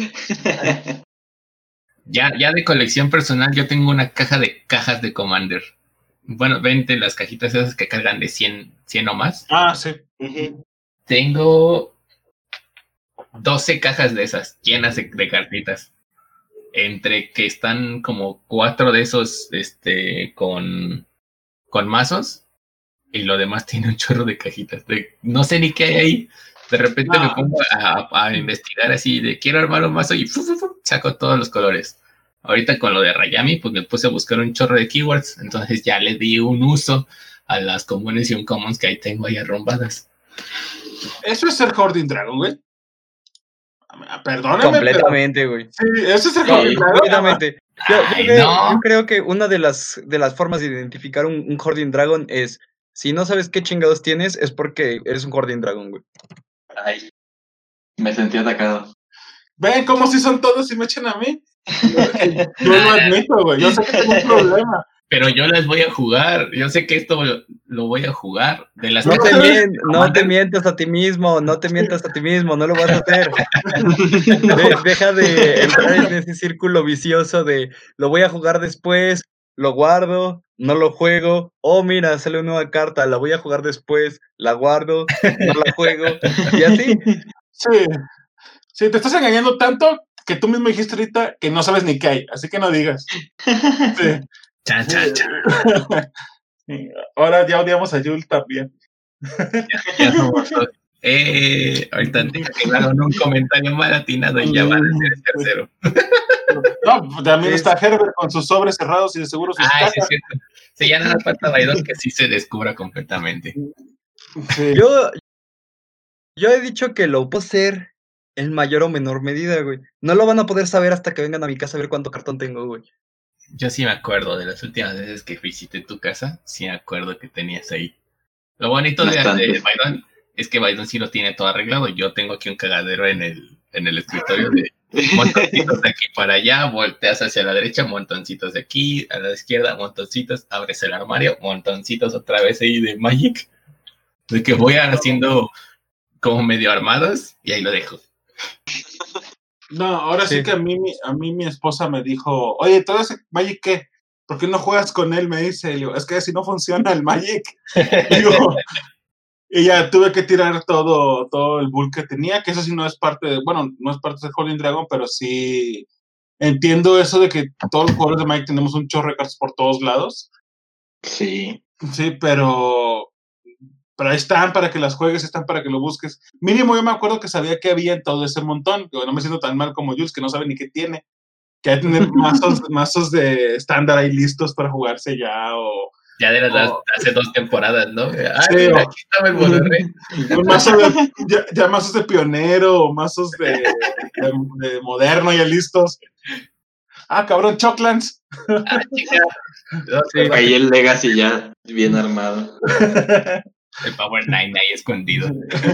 ya, ya de colección personal, yo tengo una caja de cajas de Commander. Bueno, vente las cajitas esas que cargan de cien, cien o más. Ah, sí. Uh-huh. Tengo doce cajas de esas, llenas de, de cartitas. Entre que están como cuatro de esos este, con, con mazos y lo demás tiene un chorro de cajitas. De, no sé ni qué hay ahí. De repente no. me pongo a, a investigar así de quiero armar un mazo y fu, fu, fu, saco todos los colores. Ahorita con lo de Rayami, pues me puse a buscar un chorro de keywords, entonces ya le di un uso a las comunes y uncommons que ahí tengo ahí arrumbadas. Eso es ser Hoarding Dragon, güey. Perdóname. Completamente, güey. Sí, eso es el Hoarding Dragon. Completamente. Yo, yo, Ay, creo, no. yo creo que una de las, de las formas de identificar un, un Hoarding Dragon es, si no sabes qué chingados tienes, es porque eres un Hoarding Dragon, güey. Ay, me sentí atacado. ¿Ven cómo si son todos y me echan a mí? Yo lo admito, güey. Yo sé que tengo un problema. Pero yo las voy a jugar. Yo sé que esto lo, lo voy a jugar. De las no que te, mien, no te mientas a ti mismo. No te mientas a ti mismo. No lo vas a hacer. de, deja de entrar en ese círculo vicioso de lo voy a jugar después, lo guardo, no lo juego. Oh, mira, sale una nueva carta. La voy a jugar después, la guardo, no la juego. Y así. Sí. Sí, te estás engañando tanto que tú mismo dijiste ahorita que no sabes ni qué hay, así que no digas. Sí. Chan, chan, chan. Sí. Ahora ya odiamos a Yul también. Ya, ya somos, Eh, ahorita deja que me hagan un comentario mal atinado y ya van a ser el tercero. No, también está Herbert con sus sobres cerrados y de seguro sus Ah, cajas. sí, es cierto. Sí, ya nada falta Baidón que sí se descubra completamente. Sí. Yo, yo he dicho que lo puedo hacer en mayor o menor medida, güey. No lo van a poder saber hasta que vengan a mi casa a ver cuánto cartón tengo, güey. Yo sí me acuerdo de las últimas veces que visité tu casa, sí me acuerdo que tenías ahí. Lo bonito de, de Baidón es que Baidón sí lo tiene todo arreglado. Yo tengo aquí un cagadero en el, en el escritorio de montoncitos de aquí para allá, volteas hacia la derecha, montoncitos de aquí, a la izquierda, montoncitos, abres el armario, montoncitos otra vez ahí de Magic, de que voy haciendo como medio armados y ahí lo dejo. No, ahora sí, sí que a mí, a mí mi esposa me dijo, oye, ¿todo ese Magic qué? ¿Por qué no juegas con él? Me dice, y digo, es que así no funciona el Magic. Y, digo, y ya tuve que tirar todo, todo el bull que tenía, que eso sí no es parte de, bueno, no es parte de Holding Dragon, pero sí entiendo eso de que todos los jugadores de Magic tenemos un chorro de cartas por todos lados. Sí. Sí, pero, pero ahí están para que las juegues, están para que lo busques. Mínimo yo me acuerdo que sabía que había en todo ese montón, que no me siento tan mal como Jules, que no sabe ni qué tiene. Que hay que tener mazos, mazos de estándar ahí listos para jugarse ya, o... Ya de las o, hace dos temporadas, ¿no? Ah, sí, mira, o, aquí estaba el Monterrey. Un mazo de, ya, ya mazos de pionero, o mazos de, de, de moderno ya listos. Ah, cabrón, Choclands. Ah, chica. No, sí. Ahí el Legacy ya bien armado. El Power Nine ahí escondido.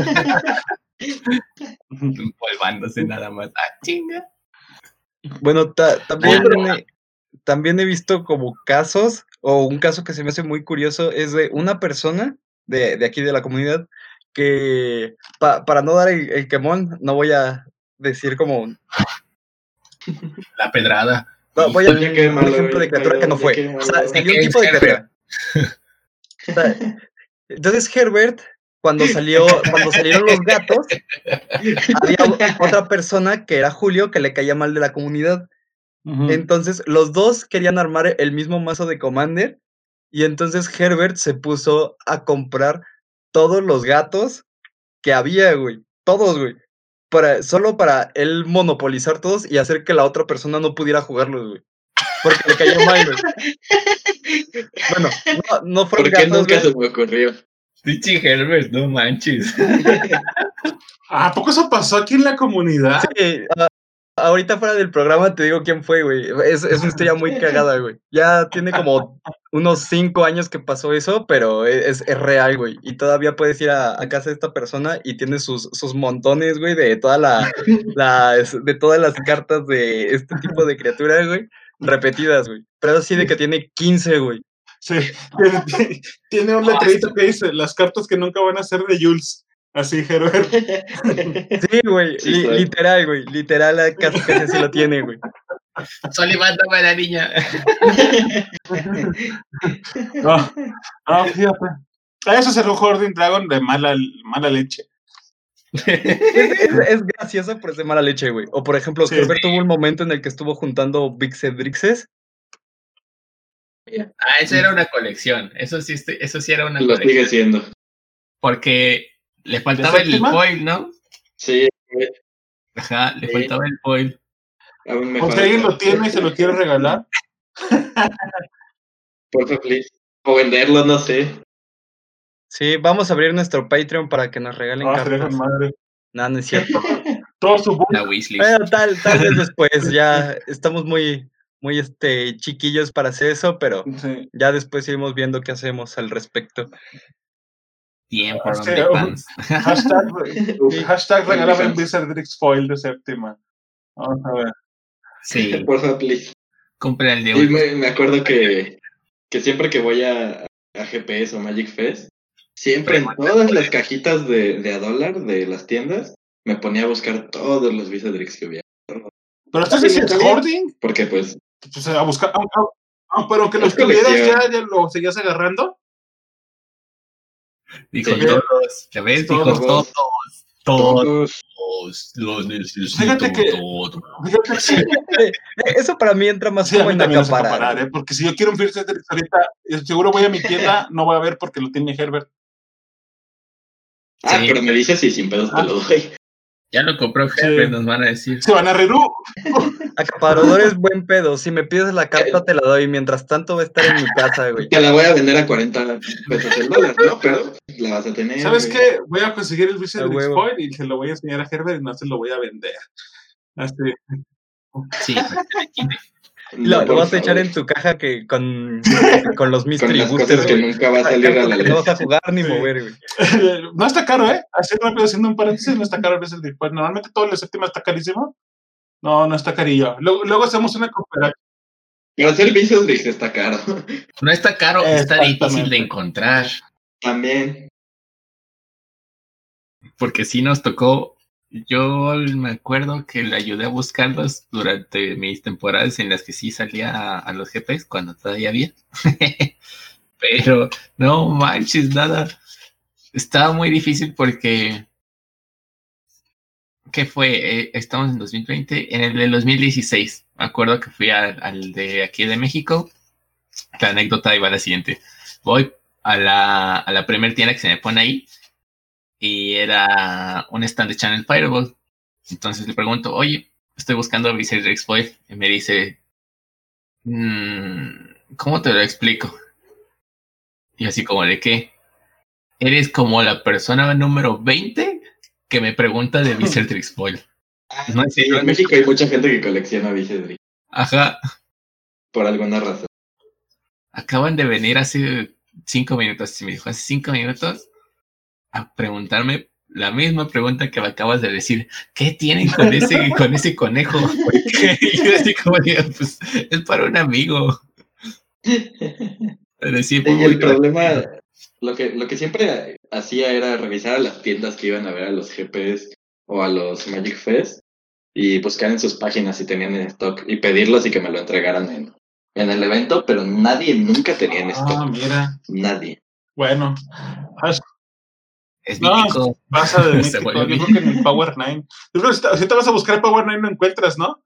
Empolvándose nada más. Ah, chinga. Bueno, ta también, he, también he visto como casos, o un caso que se me hace muy curioso, es de una persona de, de aquí de la comunidad que, pa, para no dar el, el quemón, no voy a decir como... La pedrada. No, voy a dar un ejemplo de criatura que no fue. O sea, salió un tipo de criatura. O sea, entonces Herbert... Cuando salió, cuando salieron los gatos, había otra persona que era Julio que le caía mal de la comunidad. Uh-huh. Entonces, los dos querían armar el mismo mazo de Commander. Y entonces Herbert se puso a comprar todos los gatos que había, güey. Todos, güey. Para, solo para él monopolizar todos y hacer que la otra persona no pudiera jugarlos, güey. Porque le cayó mal, güey. Bueno, no, no fueron ¿Por qué gatos, nunca güey. se me ocurrió? Pichi Herbert, no manches. ¿A poco eso pasó aquí en la comunidad? Sí, uh, ahorita fuera del programa te digo quién fue, güey. Es, es una historia muy cagada, güey. Ya tiene como unos cinco años que pasó eso, pero es, es real, güey. Y todavía puedes ir a, a casa de esta persona y tiene sus, sus montones, güey, de toda la, la, de todas las cartas de este tipo de criaturas, güey, repetidas, güey. Pero así de que tiene quince, güey. Sí, tiene, tiene un letrerito que dice, las cartas que nunca van a ser de Jules. Así, Herbert. Sí, güey, sí, li literal, güey, literal, casi casi así lo tiene, güey. Solo mándame a la niña. No, no, fíjate. Eso es el Hoarding Dragon de mala, mala leche. Es, es, es gracioso, pero es de mala leche, güey. O por ejemplo, sí, Herbert sí. tuvo un momento en el que estuvo juntando Vixedrixes. Ah, eso era una colección. Eso sí, eso sí era una Lo colección. Lo sigue siendo. Porque le faltaba el foil, ¿no? Sí. Ajá, le sí. faltaba el foil. ¿Por si alguien lo tiene y se lo quiere regalar? Por favor, please. O venderlo, no sé. Sí, vamos a abrir nuestro Patreon para que nos regalen oh, cartas. Madre. No, no es cierto. Todo su La wishlist. Bueno, tal, tal vez después, ya estamos muy... muy este chiquillos para hacer eso, pero sí. ya después iremos viendo qué hacemos al respecto. Tiempo, uh, sí, uh, hashtag, hashtag regalaban Wizardrix Foil de séptima. Vamos a ver. Sí. Por favor, please. Compra el de hoy. Me, me acuerdo que, que siempre que voy a, a G P S o Magic Fest, siempre en todas las cajitas de, de a dólar de las tiendas, me ponía a buscar todos los Wizardrix que hubiera. Pero esto sí es hoarding. Porque pues Pues a buscar, aunque, aunque, pero que los tuvieras ya, ya lo seguías agarrando. Dijo sí, todos, ¿ya ves? Dijo todos, todos, todos, todos los necesito. Fíjate que, todo. Fíjate que eso para mí entra más sí, como en acaparar. acaparar ¿eh? Porque si yo quiero un First Set ahorita, seguro voy a mi tienda, no voy a ver porque lo tiene Herbert. Ah, Sí. pero me dices y sin pedos te Ah. lo doy. Ya lo compró Sí. Herbert, nos van a decir. Se van a reír. ¡uh! Acaparador es buen pedo. Si me pides la carta, te la doy. Mientras tanto, va a estar en mi casa, güey. Te la voy a vender a cuarenta pesos el dólar, ¿no? Pero la vas a tener. ¿Sabes güey. qué? Voy a conseguir el A Wizarding huevo. Foil y se lo voy a enseñar a Herbert y no se lo voy a vender. Así. Sí, para que le quite. Lo, No, lo por vas a echar favor. en tu caja que con, con los Con Mystery las Boosters, cosas que güey. nunca va a salir a Cartas la que no luz. vas a jugar ni Sí. mover, güey. No está caro, ¿eh? Así rápido, haciendo un paréntesis, no está caro el Wizarding Foil. Normalmente todo el séptima está carísimo. No, no está carillo. Luego, luego hacemos una cooperativa. Pero hacer Wizardrix está caro. No está caro, está difícil de Exactamente. encontrar. También. Porque sí nos tocó. Yo me acuerdo que le ayudé a buscarlos durante mis temporadas en las que sí salía a, a los G Ps, cuando todavía había. Pero no manches, nada. Estaba muy difícil porque. ¿Qué fue? Eh, estamos en dos mil veinte. En el de dos mil dieciséis, me acuerdo que fui a- al de aquí de México. La anécdota iba a la siguiente. Voy a la, a la primer tienda que se me pone ahí y era un stand de Channel Fireball. Entonces le pregunto, oye, estoy buscando a Wizardrix Foil. Y me dice, "Mm, ¿cómo te lo explico?" Y así como de qué. Eres como la persona número veinte que me pregunta de Wizardrix Foil. No es Sí, cierto. en México hay mucha gente que colecciona Wizardrix. Ajá. Por alguna razón. Acaban de venir hace cinco minutos, si me dijo hace cinco minutos, a preguntarme la misma pregunta que me acabas de decir. ¿Qué tienen con ese, con ese conejo? Porque yo así como digo, pues es para un amigo. Pero sí, fue Y muy el gracioso. problema, lo que, lo que siempre hacía era revisar a las tiendas que iban a ver a los G Ps o a los Magic Fest y buscar en sus páginas si tenían en stock y pedirlos y que me lo entregaran en, en el evento, pero nadie nunca tenía en Ah, stock. mira. Nadie. Bueno. Ah, Es no, mítico. pasa de Se mítico. volvió Yo creo bien. que en el Power Nine. Yo creo que si te, si te vas a buscar el Power Nine no encuentras, ¿no?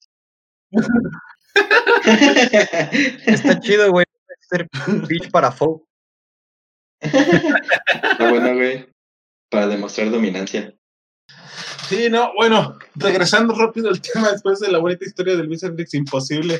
Está chido, güey. Hacer pitch para Folk. Está bueno, güey. Para demostrar dominancia. Sí, no, bueno, regresando rápido al tema después de la bonita historia del Wizardrix imposible.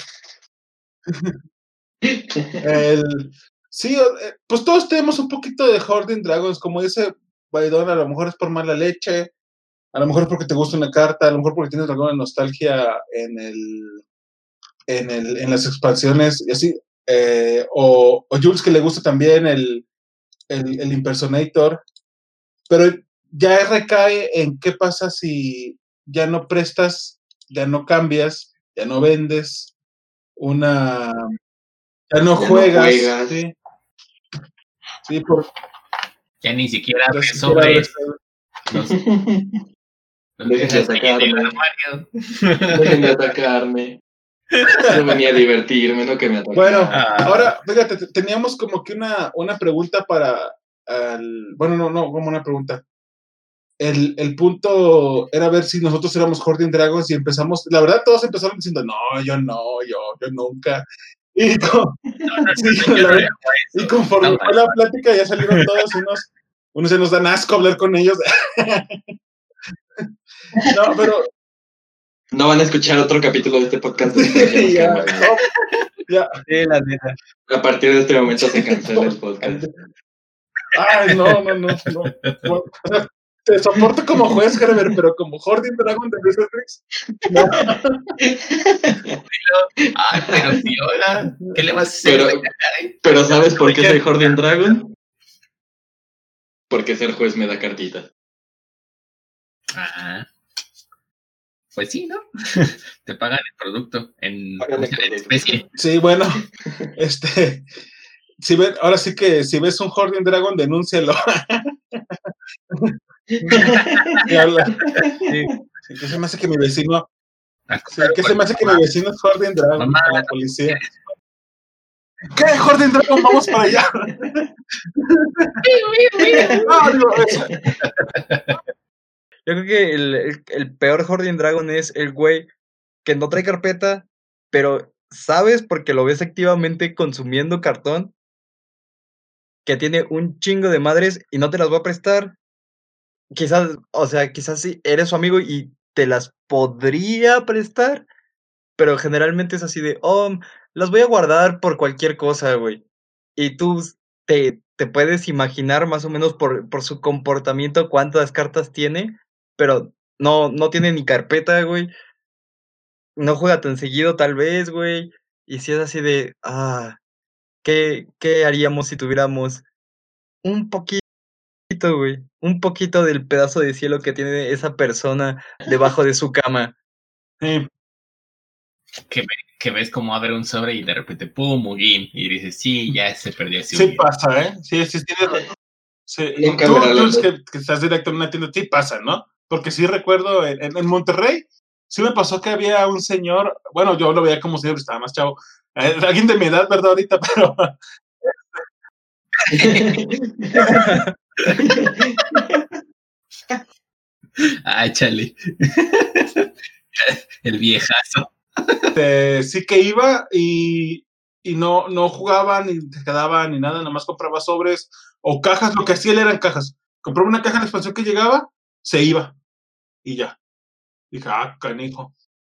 El, sí, eh, pues todos tenemos un poquito de Hoarding Dragons, como dice Baidón, a lo mejor es por mala leche, a lo mejor es porque te gusta una carta, a lo mejor porque tienes alguna nostalgia en el, en el, en las expansiones, y así, eh, o, o Jules que le gusta también el, el, el Impersonator, pero ya recae en qué pasa si ya no prestas, ya no cambias, ya no vendes una, ya no Ya no juegas, juegas. sí, sí, por, Ya ni siquiera ya abre siquiera abres sobres. Los, los Dejen de dejas ahí en el atacarme. armario. Dejen de atacarme. Yo venía a divertirme, no que me atacaran. Bueno, Ah. ahora, fíjate, te- teníamos como que una, una pregunta para, al- bueno, no, no, como una pregunta. El, el punto era ver si nosotros éramos Hoarding Dragons y empezamos, la verdad todos empezaron diciendo, no, yo no, yo, yo nunca. Y, con- No, no, sí, no, yo la no verdad, le hago eso. y conforme No, fue la plática ya salieron todos unos, unos se nos dan asco hablar con ellos. No, pero No van a escuchar otro capítulo de este podcast. sí, ya, no, ya. Sí, la neta. A partir de este momento se cancela el podcast. Ay, no, no, no, no. O sea, te soporto como juez, Herbert, pero como Hoarding Dragon de Wizardrix, no. Ay, pero Fiona, ¿qué le vas a hacer? Pero, pero ¿sabes por qué soy Hoarding Dragon? Porque ser juez me da cartita. Ah, pues sí, ¿no? Te pagan el producto en, Pagan el en producto. especie. Sí, bueno, este, si ven, ahora sí que si ves un Hoarding Dragon, denúncialo. Y habla. Sí. Sí, ¿qué se me hace que mi vecino? Ah, Sí, ¿qué se me hace que mi vecino es Hoarding Dragon? Mamá. A la policía. ¿Qué? Hoarding Dragon, vamos para allá. No, digo, eso. Yo creo que el, el, el peor Hoarding Dragon es el güey que no trae carpeta, pero sabes porque lo ves activamente consumiendo cartón, que tiene un chingo de madres y no te las va a prestar, quizás, o sea, quizás sí eres su amigo y te las podría prestar, pero generalmente es así de, oh, las voy a guardar por cualquier cosa, güey. Y tú te, te puedes imaginar más o menos por, por su comportamiento cuántas cartas tiene, pero no, no tiene ni carpeta, güey. No juega tan seguido, tal vez, güey. Y si es así de, ah, ¿qué, qué haríamos si tuviéramos un poquito, güey? Un poquito del pedazo de cielo que tiene esa persona debajo de su cama. Sí, Que, ve- que ves como abre un sobre y de repente, ¡pum! Ugin. Y dices, sí, ya se perdió ese sí Ugin. pasa, ¿eh? Sí, sí, tienes razón. Sí. Y Nunca tú, me tú regalas. es que, que estás directo en una tienda, sí pasa, ¿no? Porque sí recuerdo en, en- en Monterrey, sí me pasó que había un señor, bueno, yo lo veía como señor, estaba más chavo, eh, alguien de mi edad, ¿verdad? Ahorita, pero Ah, chale. El viejazo. eh, sí que iba y, y no, no jugaba ni se quedaba ni nada, nomás compraba sobres o cajas, lo que hacía él eran cajas. Compraba una caja de expansión que llegaba, se iba y ya. Dije, ah, canijo.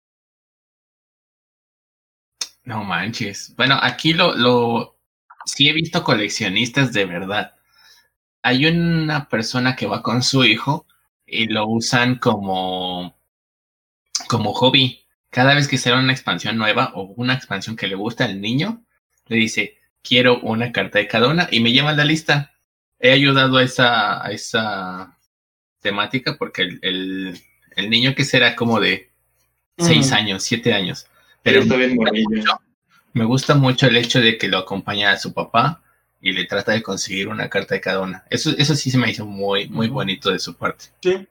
No manches. Bueno, aquí lo, lo sí he visto coleccionistas de verdad. Hay una persona que va con su hijo y lo usan como, como hobby. Cada vez que sale una expansión nueva o una expansión que le gusta al niño, le dice, quiero una carta de cada una y me lleva la lista. He ayudado a esa, a esa temática porque el, el, el niño que será como de seis Mm. años, siete años. Pero Pero está bien morrillo. me gusta mucho el hecho de que lo acompaña a su papá y le trata de conseguir una carta de cada una. Eso, eso sí se me hizo muy, muy Ujú. bonito de su parte. Sí.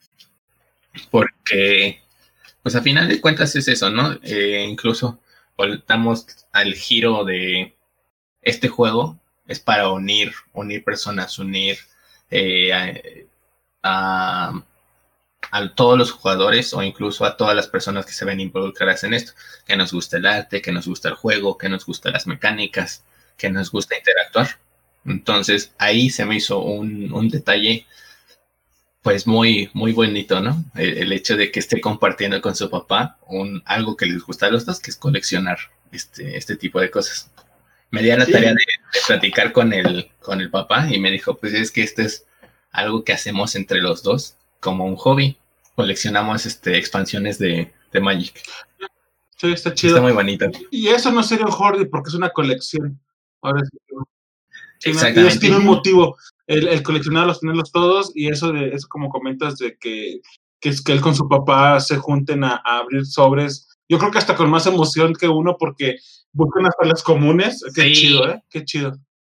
Porque, pues a final de cuentas es eso, ¿no? Eh, incluso voltamos al giro de este juego, es para unir, unir personas, unir eh, a, a, a todos los jugadores o incluso a todas las personas que se ven involucradas en esto, que nos gusta el arte, que nos gusta el juego, que nos gusta las mecánicas, que nos gusta interactuar. Entonces ahí se me hizo un, un detalle pues muy, muy bonito, ¿no? El, el, hecho de que esté compartiendo con su papá un, algo que les gusta a los dos, que es coleccionar este, este tipo de cosas. Me di a la sí. tarea de, de platicar con el, con el papá y me dijo, pues es que esto es algo que hacemos entre los dos como un hobby. Coleccionamos este, expansiones de, de Magic. Sí, está chido. Está muy bonito. Y eso no sería un hobby porque es una colección. Ahora sí. Exactamente. Y eso tiene un motivo, el, el coleccionarlos, tenerlos todos, y eso de eso como comentas de que, que es que él con su papá se junten a, a abrir sobres. Yo creo que hasta con más emoción que uno porque buscan hasta las comunes. Qué sí. chido, ¿eh? Qué chido.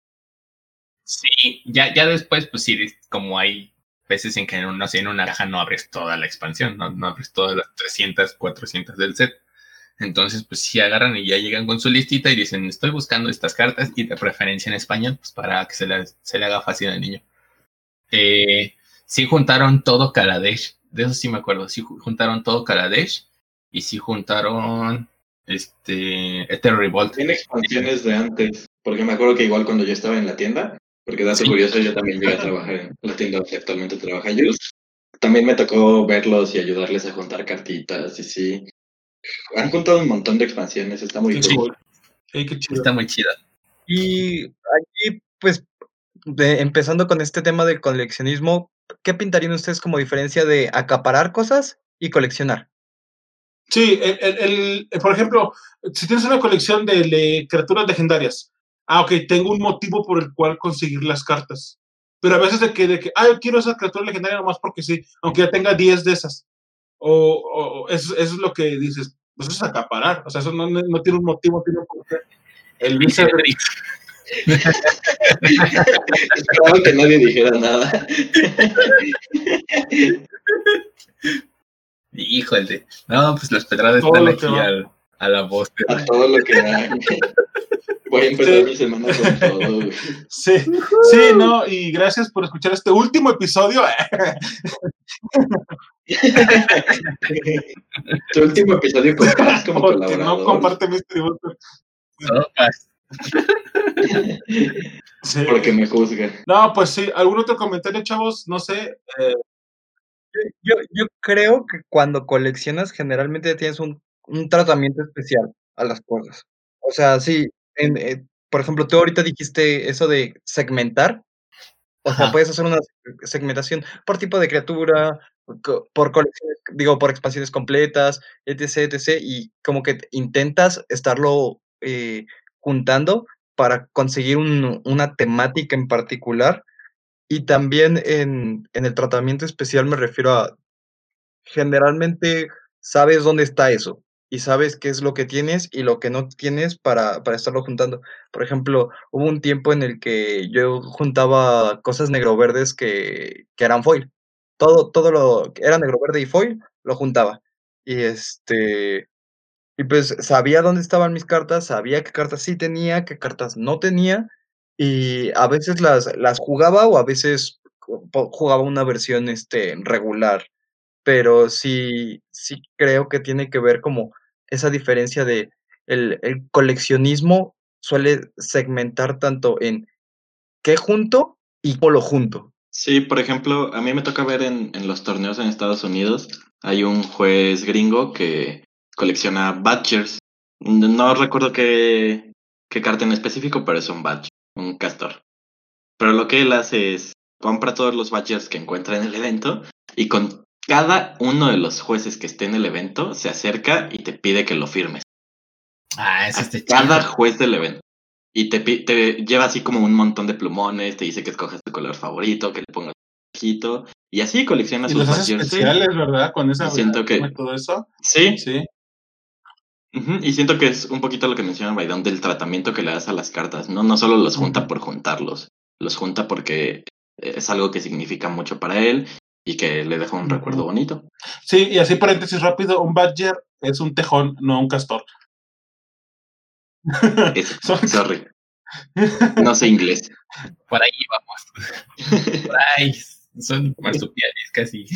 Sí, ya, ya después, pues sí, como hay veces en que en una, en una caja no abres toda la expansión, no, no abres todas las trescientas, cuatrocientas del set. Entonces, pues sí agarran y ya llegan con su listita y dicen, estoy buscando estas cartas y de preferencia en español, pues para que se le, se le haga fácil al niño. Eh, sí juntaron todo Kaladesh, de eso sí me acuerdo, sí juntaron todo Kaladesh y sí juntaron este Ether Revolt. Tiene expansiones de antes, porque me acuerdo que igual cuando yo estaba en la tienda, porque dato sí. curioso, yo también llegué a trabajar en la tienda donde actualmente trabaja Jules. También me tocó verlos y ayudarles a juntar cartitas y sí. Han juntado un montón de expansiones, está muy sí, cool. Sí, qué chido. Está muy chida. Y aquí, pues, de, empezando con este tema del coleccionismo, ¿qué pintarían ustedes como diferencia de acaparar cosas y coleccionar? Sí, el, el, el, por ejemplo, si tienes una colección de, de criaturas legendarias, ah, ok, tengo un motivo por el cual conseguir las cartas. Pero a veces de que, de que ah, yo quiero esa criatura legendaria nomás porque sí, aunque ya tenga diez de esas. O, o eso, eso es lo que dices, pues eso es acaparar, o sea, eso no, no, no tiene un motivo, tiene un porqué. El vice de Esperaba que nadie dijera nada. Híjole, no, pues las pedradas todo están aquí al, a la voz. De... A todo lo que da. Voy a empezar sí. mi semana con todo. Güey. Sí, sí, no, y gracias por escuchar este último episodio. Tu último episodio con Paz como porque colaborador. No comparte mis tributos. No, Paz. Sí. Porque me juzgan. No, pues sí, ¿algún otro comentario, chavos? No sé. Eh... Yo, yo creo que cuando coleccionas generalmente tienes un, un tratamiento especial a las cosas. O sea, sí, en, eh, por ejemplo, tú ahorita dijiste eso de segmentar. O sea, Ajá. puedes hacer una segmentación por tipo de criatura, co- por colecciones, digo, por expansiones completas, etc, etc. Y como que intentas estarlo eh, juntando para conseguir un- una temática en particular. Y también en, en el tratamiento especial me refiero a generalmente sabes dónde está eso y sabes qué es lo que tienes y lo que no tienes para, para estarlo juntando. Por ejemplo, hubo un tiempo en el que yo juntaba cosas negro-verdes que, que eran foil. Todo, todo lo que era negro-verde y foil lo juntaba. Y este, y pues sabía dónde estaban mis cartas, sabía qué cartas sí tenía, qué cartas no tenía, y a veces las, las jugaba o a veces ju- po- jugaba una versión este, regular, pero sí, sí creo que tiene que ver como esa diferencia de el, el coleccionismo suele segmentar tanto en qué junto y cómo lo junto. Sí, por ejemplo, a mí me toca ver en, en los torneos en Estados Unidos, hay un juez gringo que colecciona Badgers. No, no recuerdo qué, qué carta en específico, pero es un Badger, un castor. Pero lo que él hace es compra todos los Badgers que encuentra en el evento y con cada uno de los jueces que esté en el evento se acerca y te pide que lo firmes. Ah, eso A está cada chido. juez del evento. Y te, pi- te lleva así como un montón de plumones, te dice que escojas tu color favorito, que le pongas un ojito, y así colecciona Y sus los hace Badgers. especiales, ¿verdad? Con esa Y siento firma que, y todo eso. sí, Sí. ujú, y siento que es un poquito lo que menciona Baidón del tratamiento que le das a las cartas, ¿no? No solo los junta Ujú. por juntarlos, los junta porque es algo que significa mucho para él y que le deja un recuerdo Ujú. bonito. Sí, y así paréntesis rápido, un Badger es un tejón, no un castor. Eso, Son- sorry, no sé inglés. Por ahí vamos. Por ahí son marsupiales casi.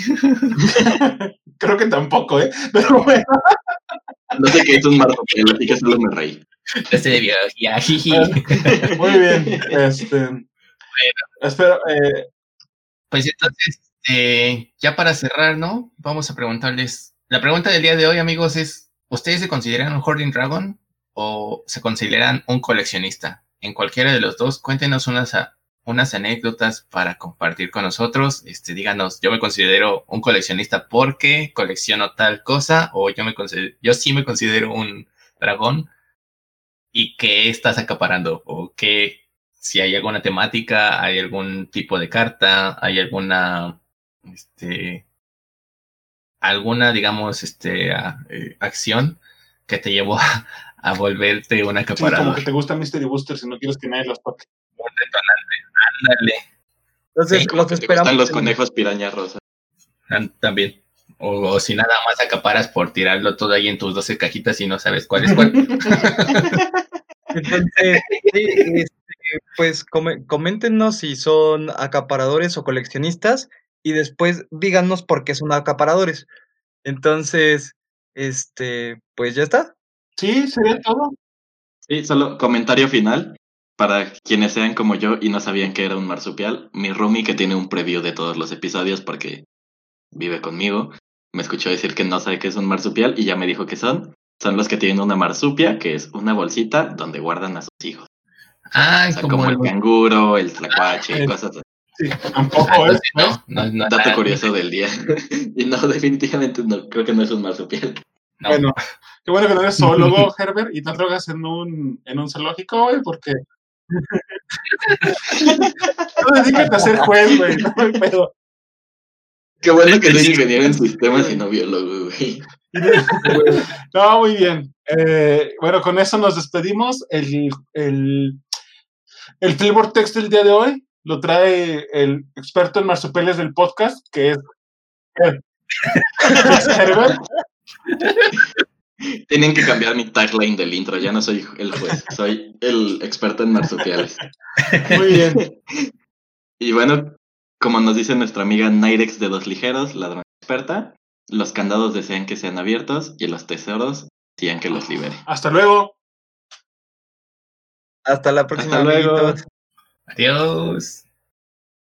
Creo que tampoco, ¿eh? Pero bueno, No sé qué es un marsupial, así que solo me reí. Este de biología. jiji. muy bien. Este, espero, eh, Pues entonces, eh, ya para cerrar, ¿no? Vamos a preguntarles. La pregunta del día de hoy, amigos, es: ¿ustedes se consideran un Hoarding Dragon o se consideran un coleccionista? En cualquiera de los dos, cuéntenos unas, a- unas anécdotas para compartir con nosotros. Este, díganos, yo me considero un coleccionista porque colecciono tal cosa, o yo me considero, yo sí me considero un dragón. ¿Y qué estás acaparando? ¿O qué, si hay alguna temática, hay algún tipo de carta, hay alguna, este, alguna, digamos, este, a- eh, acción que te llevó a, a volverte un sí, como acaparador? que te gusta Mystery Booster si no quieres que nadie los toque. Un detonante, ándale. Entonces, Sí, Como los que te esperamos gustan los en- conejos piraña rosa. an- también. O, o si nada más acaparas por tirarlo todo ahí en tus doce cajitas y no sabes cuál es cuál. Entonces, sí, este, pues come- coméntenos si son acaparadores o coleccionistas y después díganos por qué son acaparadores. Entonces, este, pues ya está. Sí, sería todo. Sí, solo comentario final. Para quienes sean como yo y no sabían que era un marsupial, mi roomie que tiene un preview de todos los episodios porque vive conmigo, me escuchó decir que no sabe qué es un marsupial y ya me dijo que son. Son los que tienen una marsupia, que es una bolsita donde guardan a sus hijos. Ah, O sea, como como el... el canguro, el tlacuache y Eh, cosas así. Sí, Ah, tampoco es, entonces pues. no, no, no, Dato nada, curioso del día. Y no, definitivamente no, creo que no es un marsupial. no. Bueno, qué bueno que no eres zoólogo, Herbert, y no trabajas en un, en un zoológico, güey, porque tú dedícate a ser juez, güey, no hay pedo. Qué bueno que soy ingeniero en sistemas y no biólogo, güey. No, muy bien. Eh, bueno, con eso nos despedimos. El, el, el flavor text del día de hoy lo trae el experto en marsupiales del podcast, que es, es Herbert. Tienen que cambiar mi tagline del intro. Ya no soy el juez, soy el experto en marsupiales. Muy bien. Y bueno, como nos dice nuestra amiga Nairex de Dos Ligeros, ladrona experta, los candados desean que sean abiertos y los tesoros desean que los libere. Hasta luego. Hasta la próxima, Hasta luego. amiguitos. Adiós.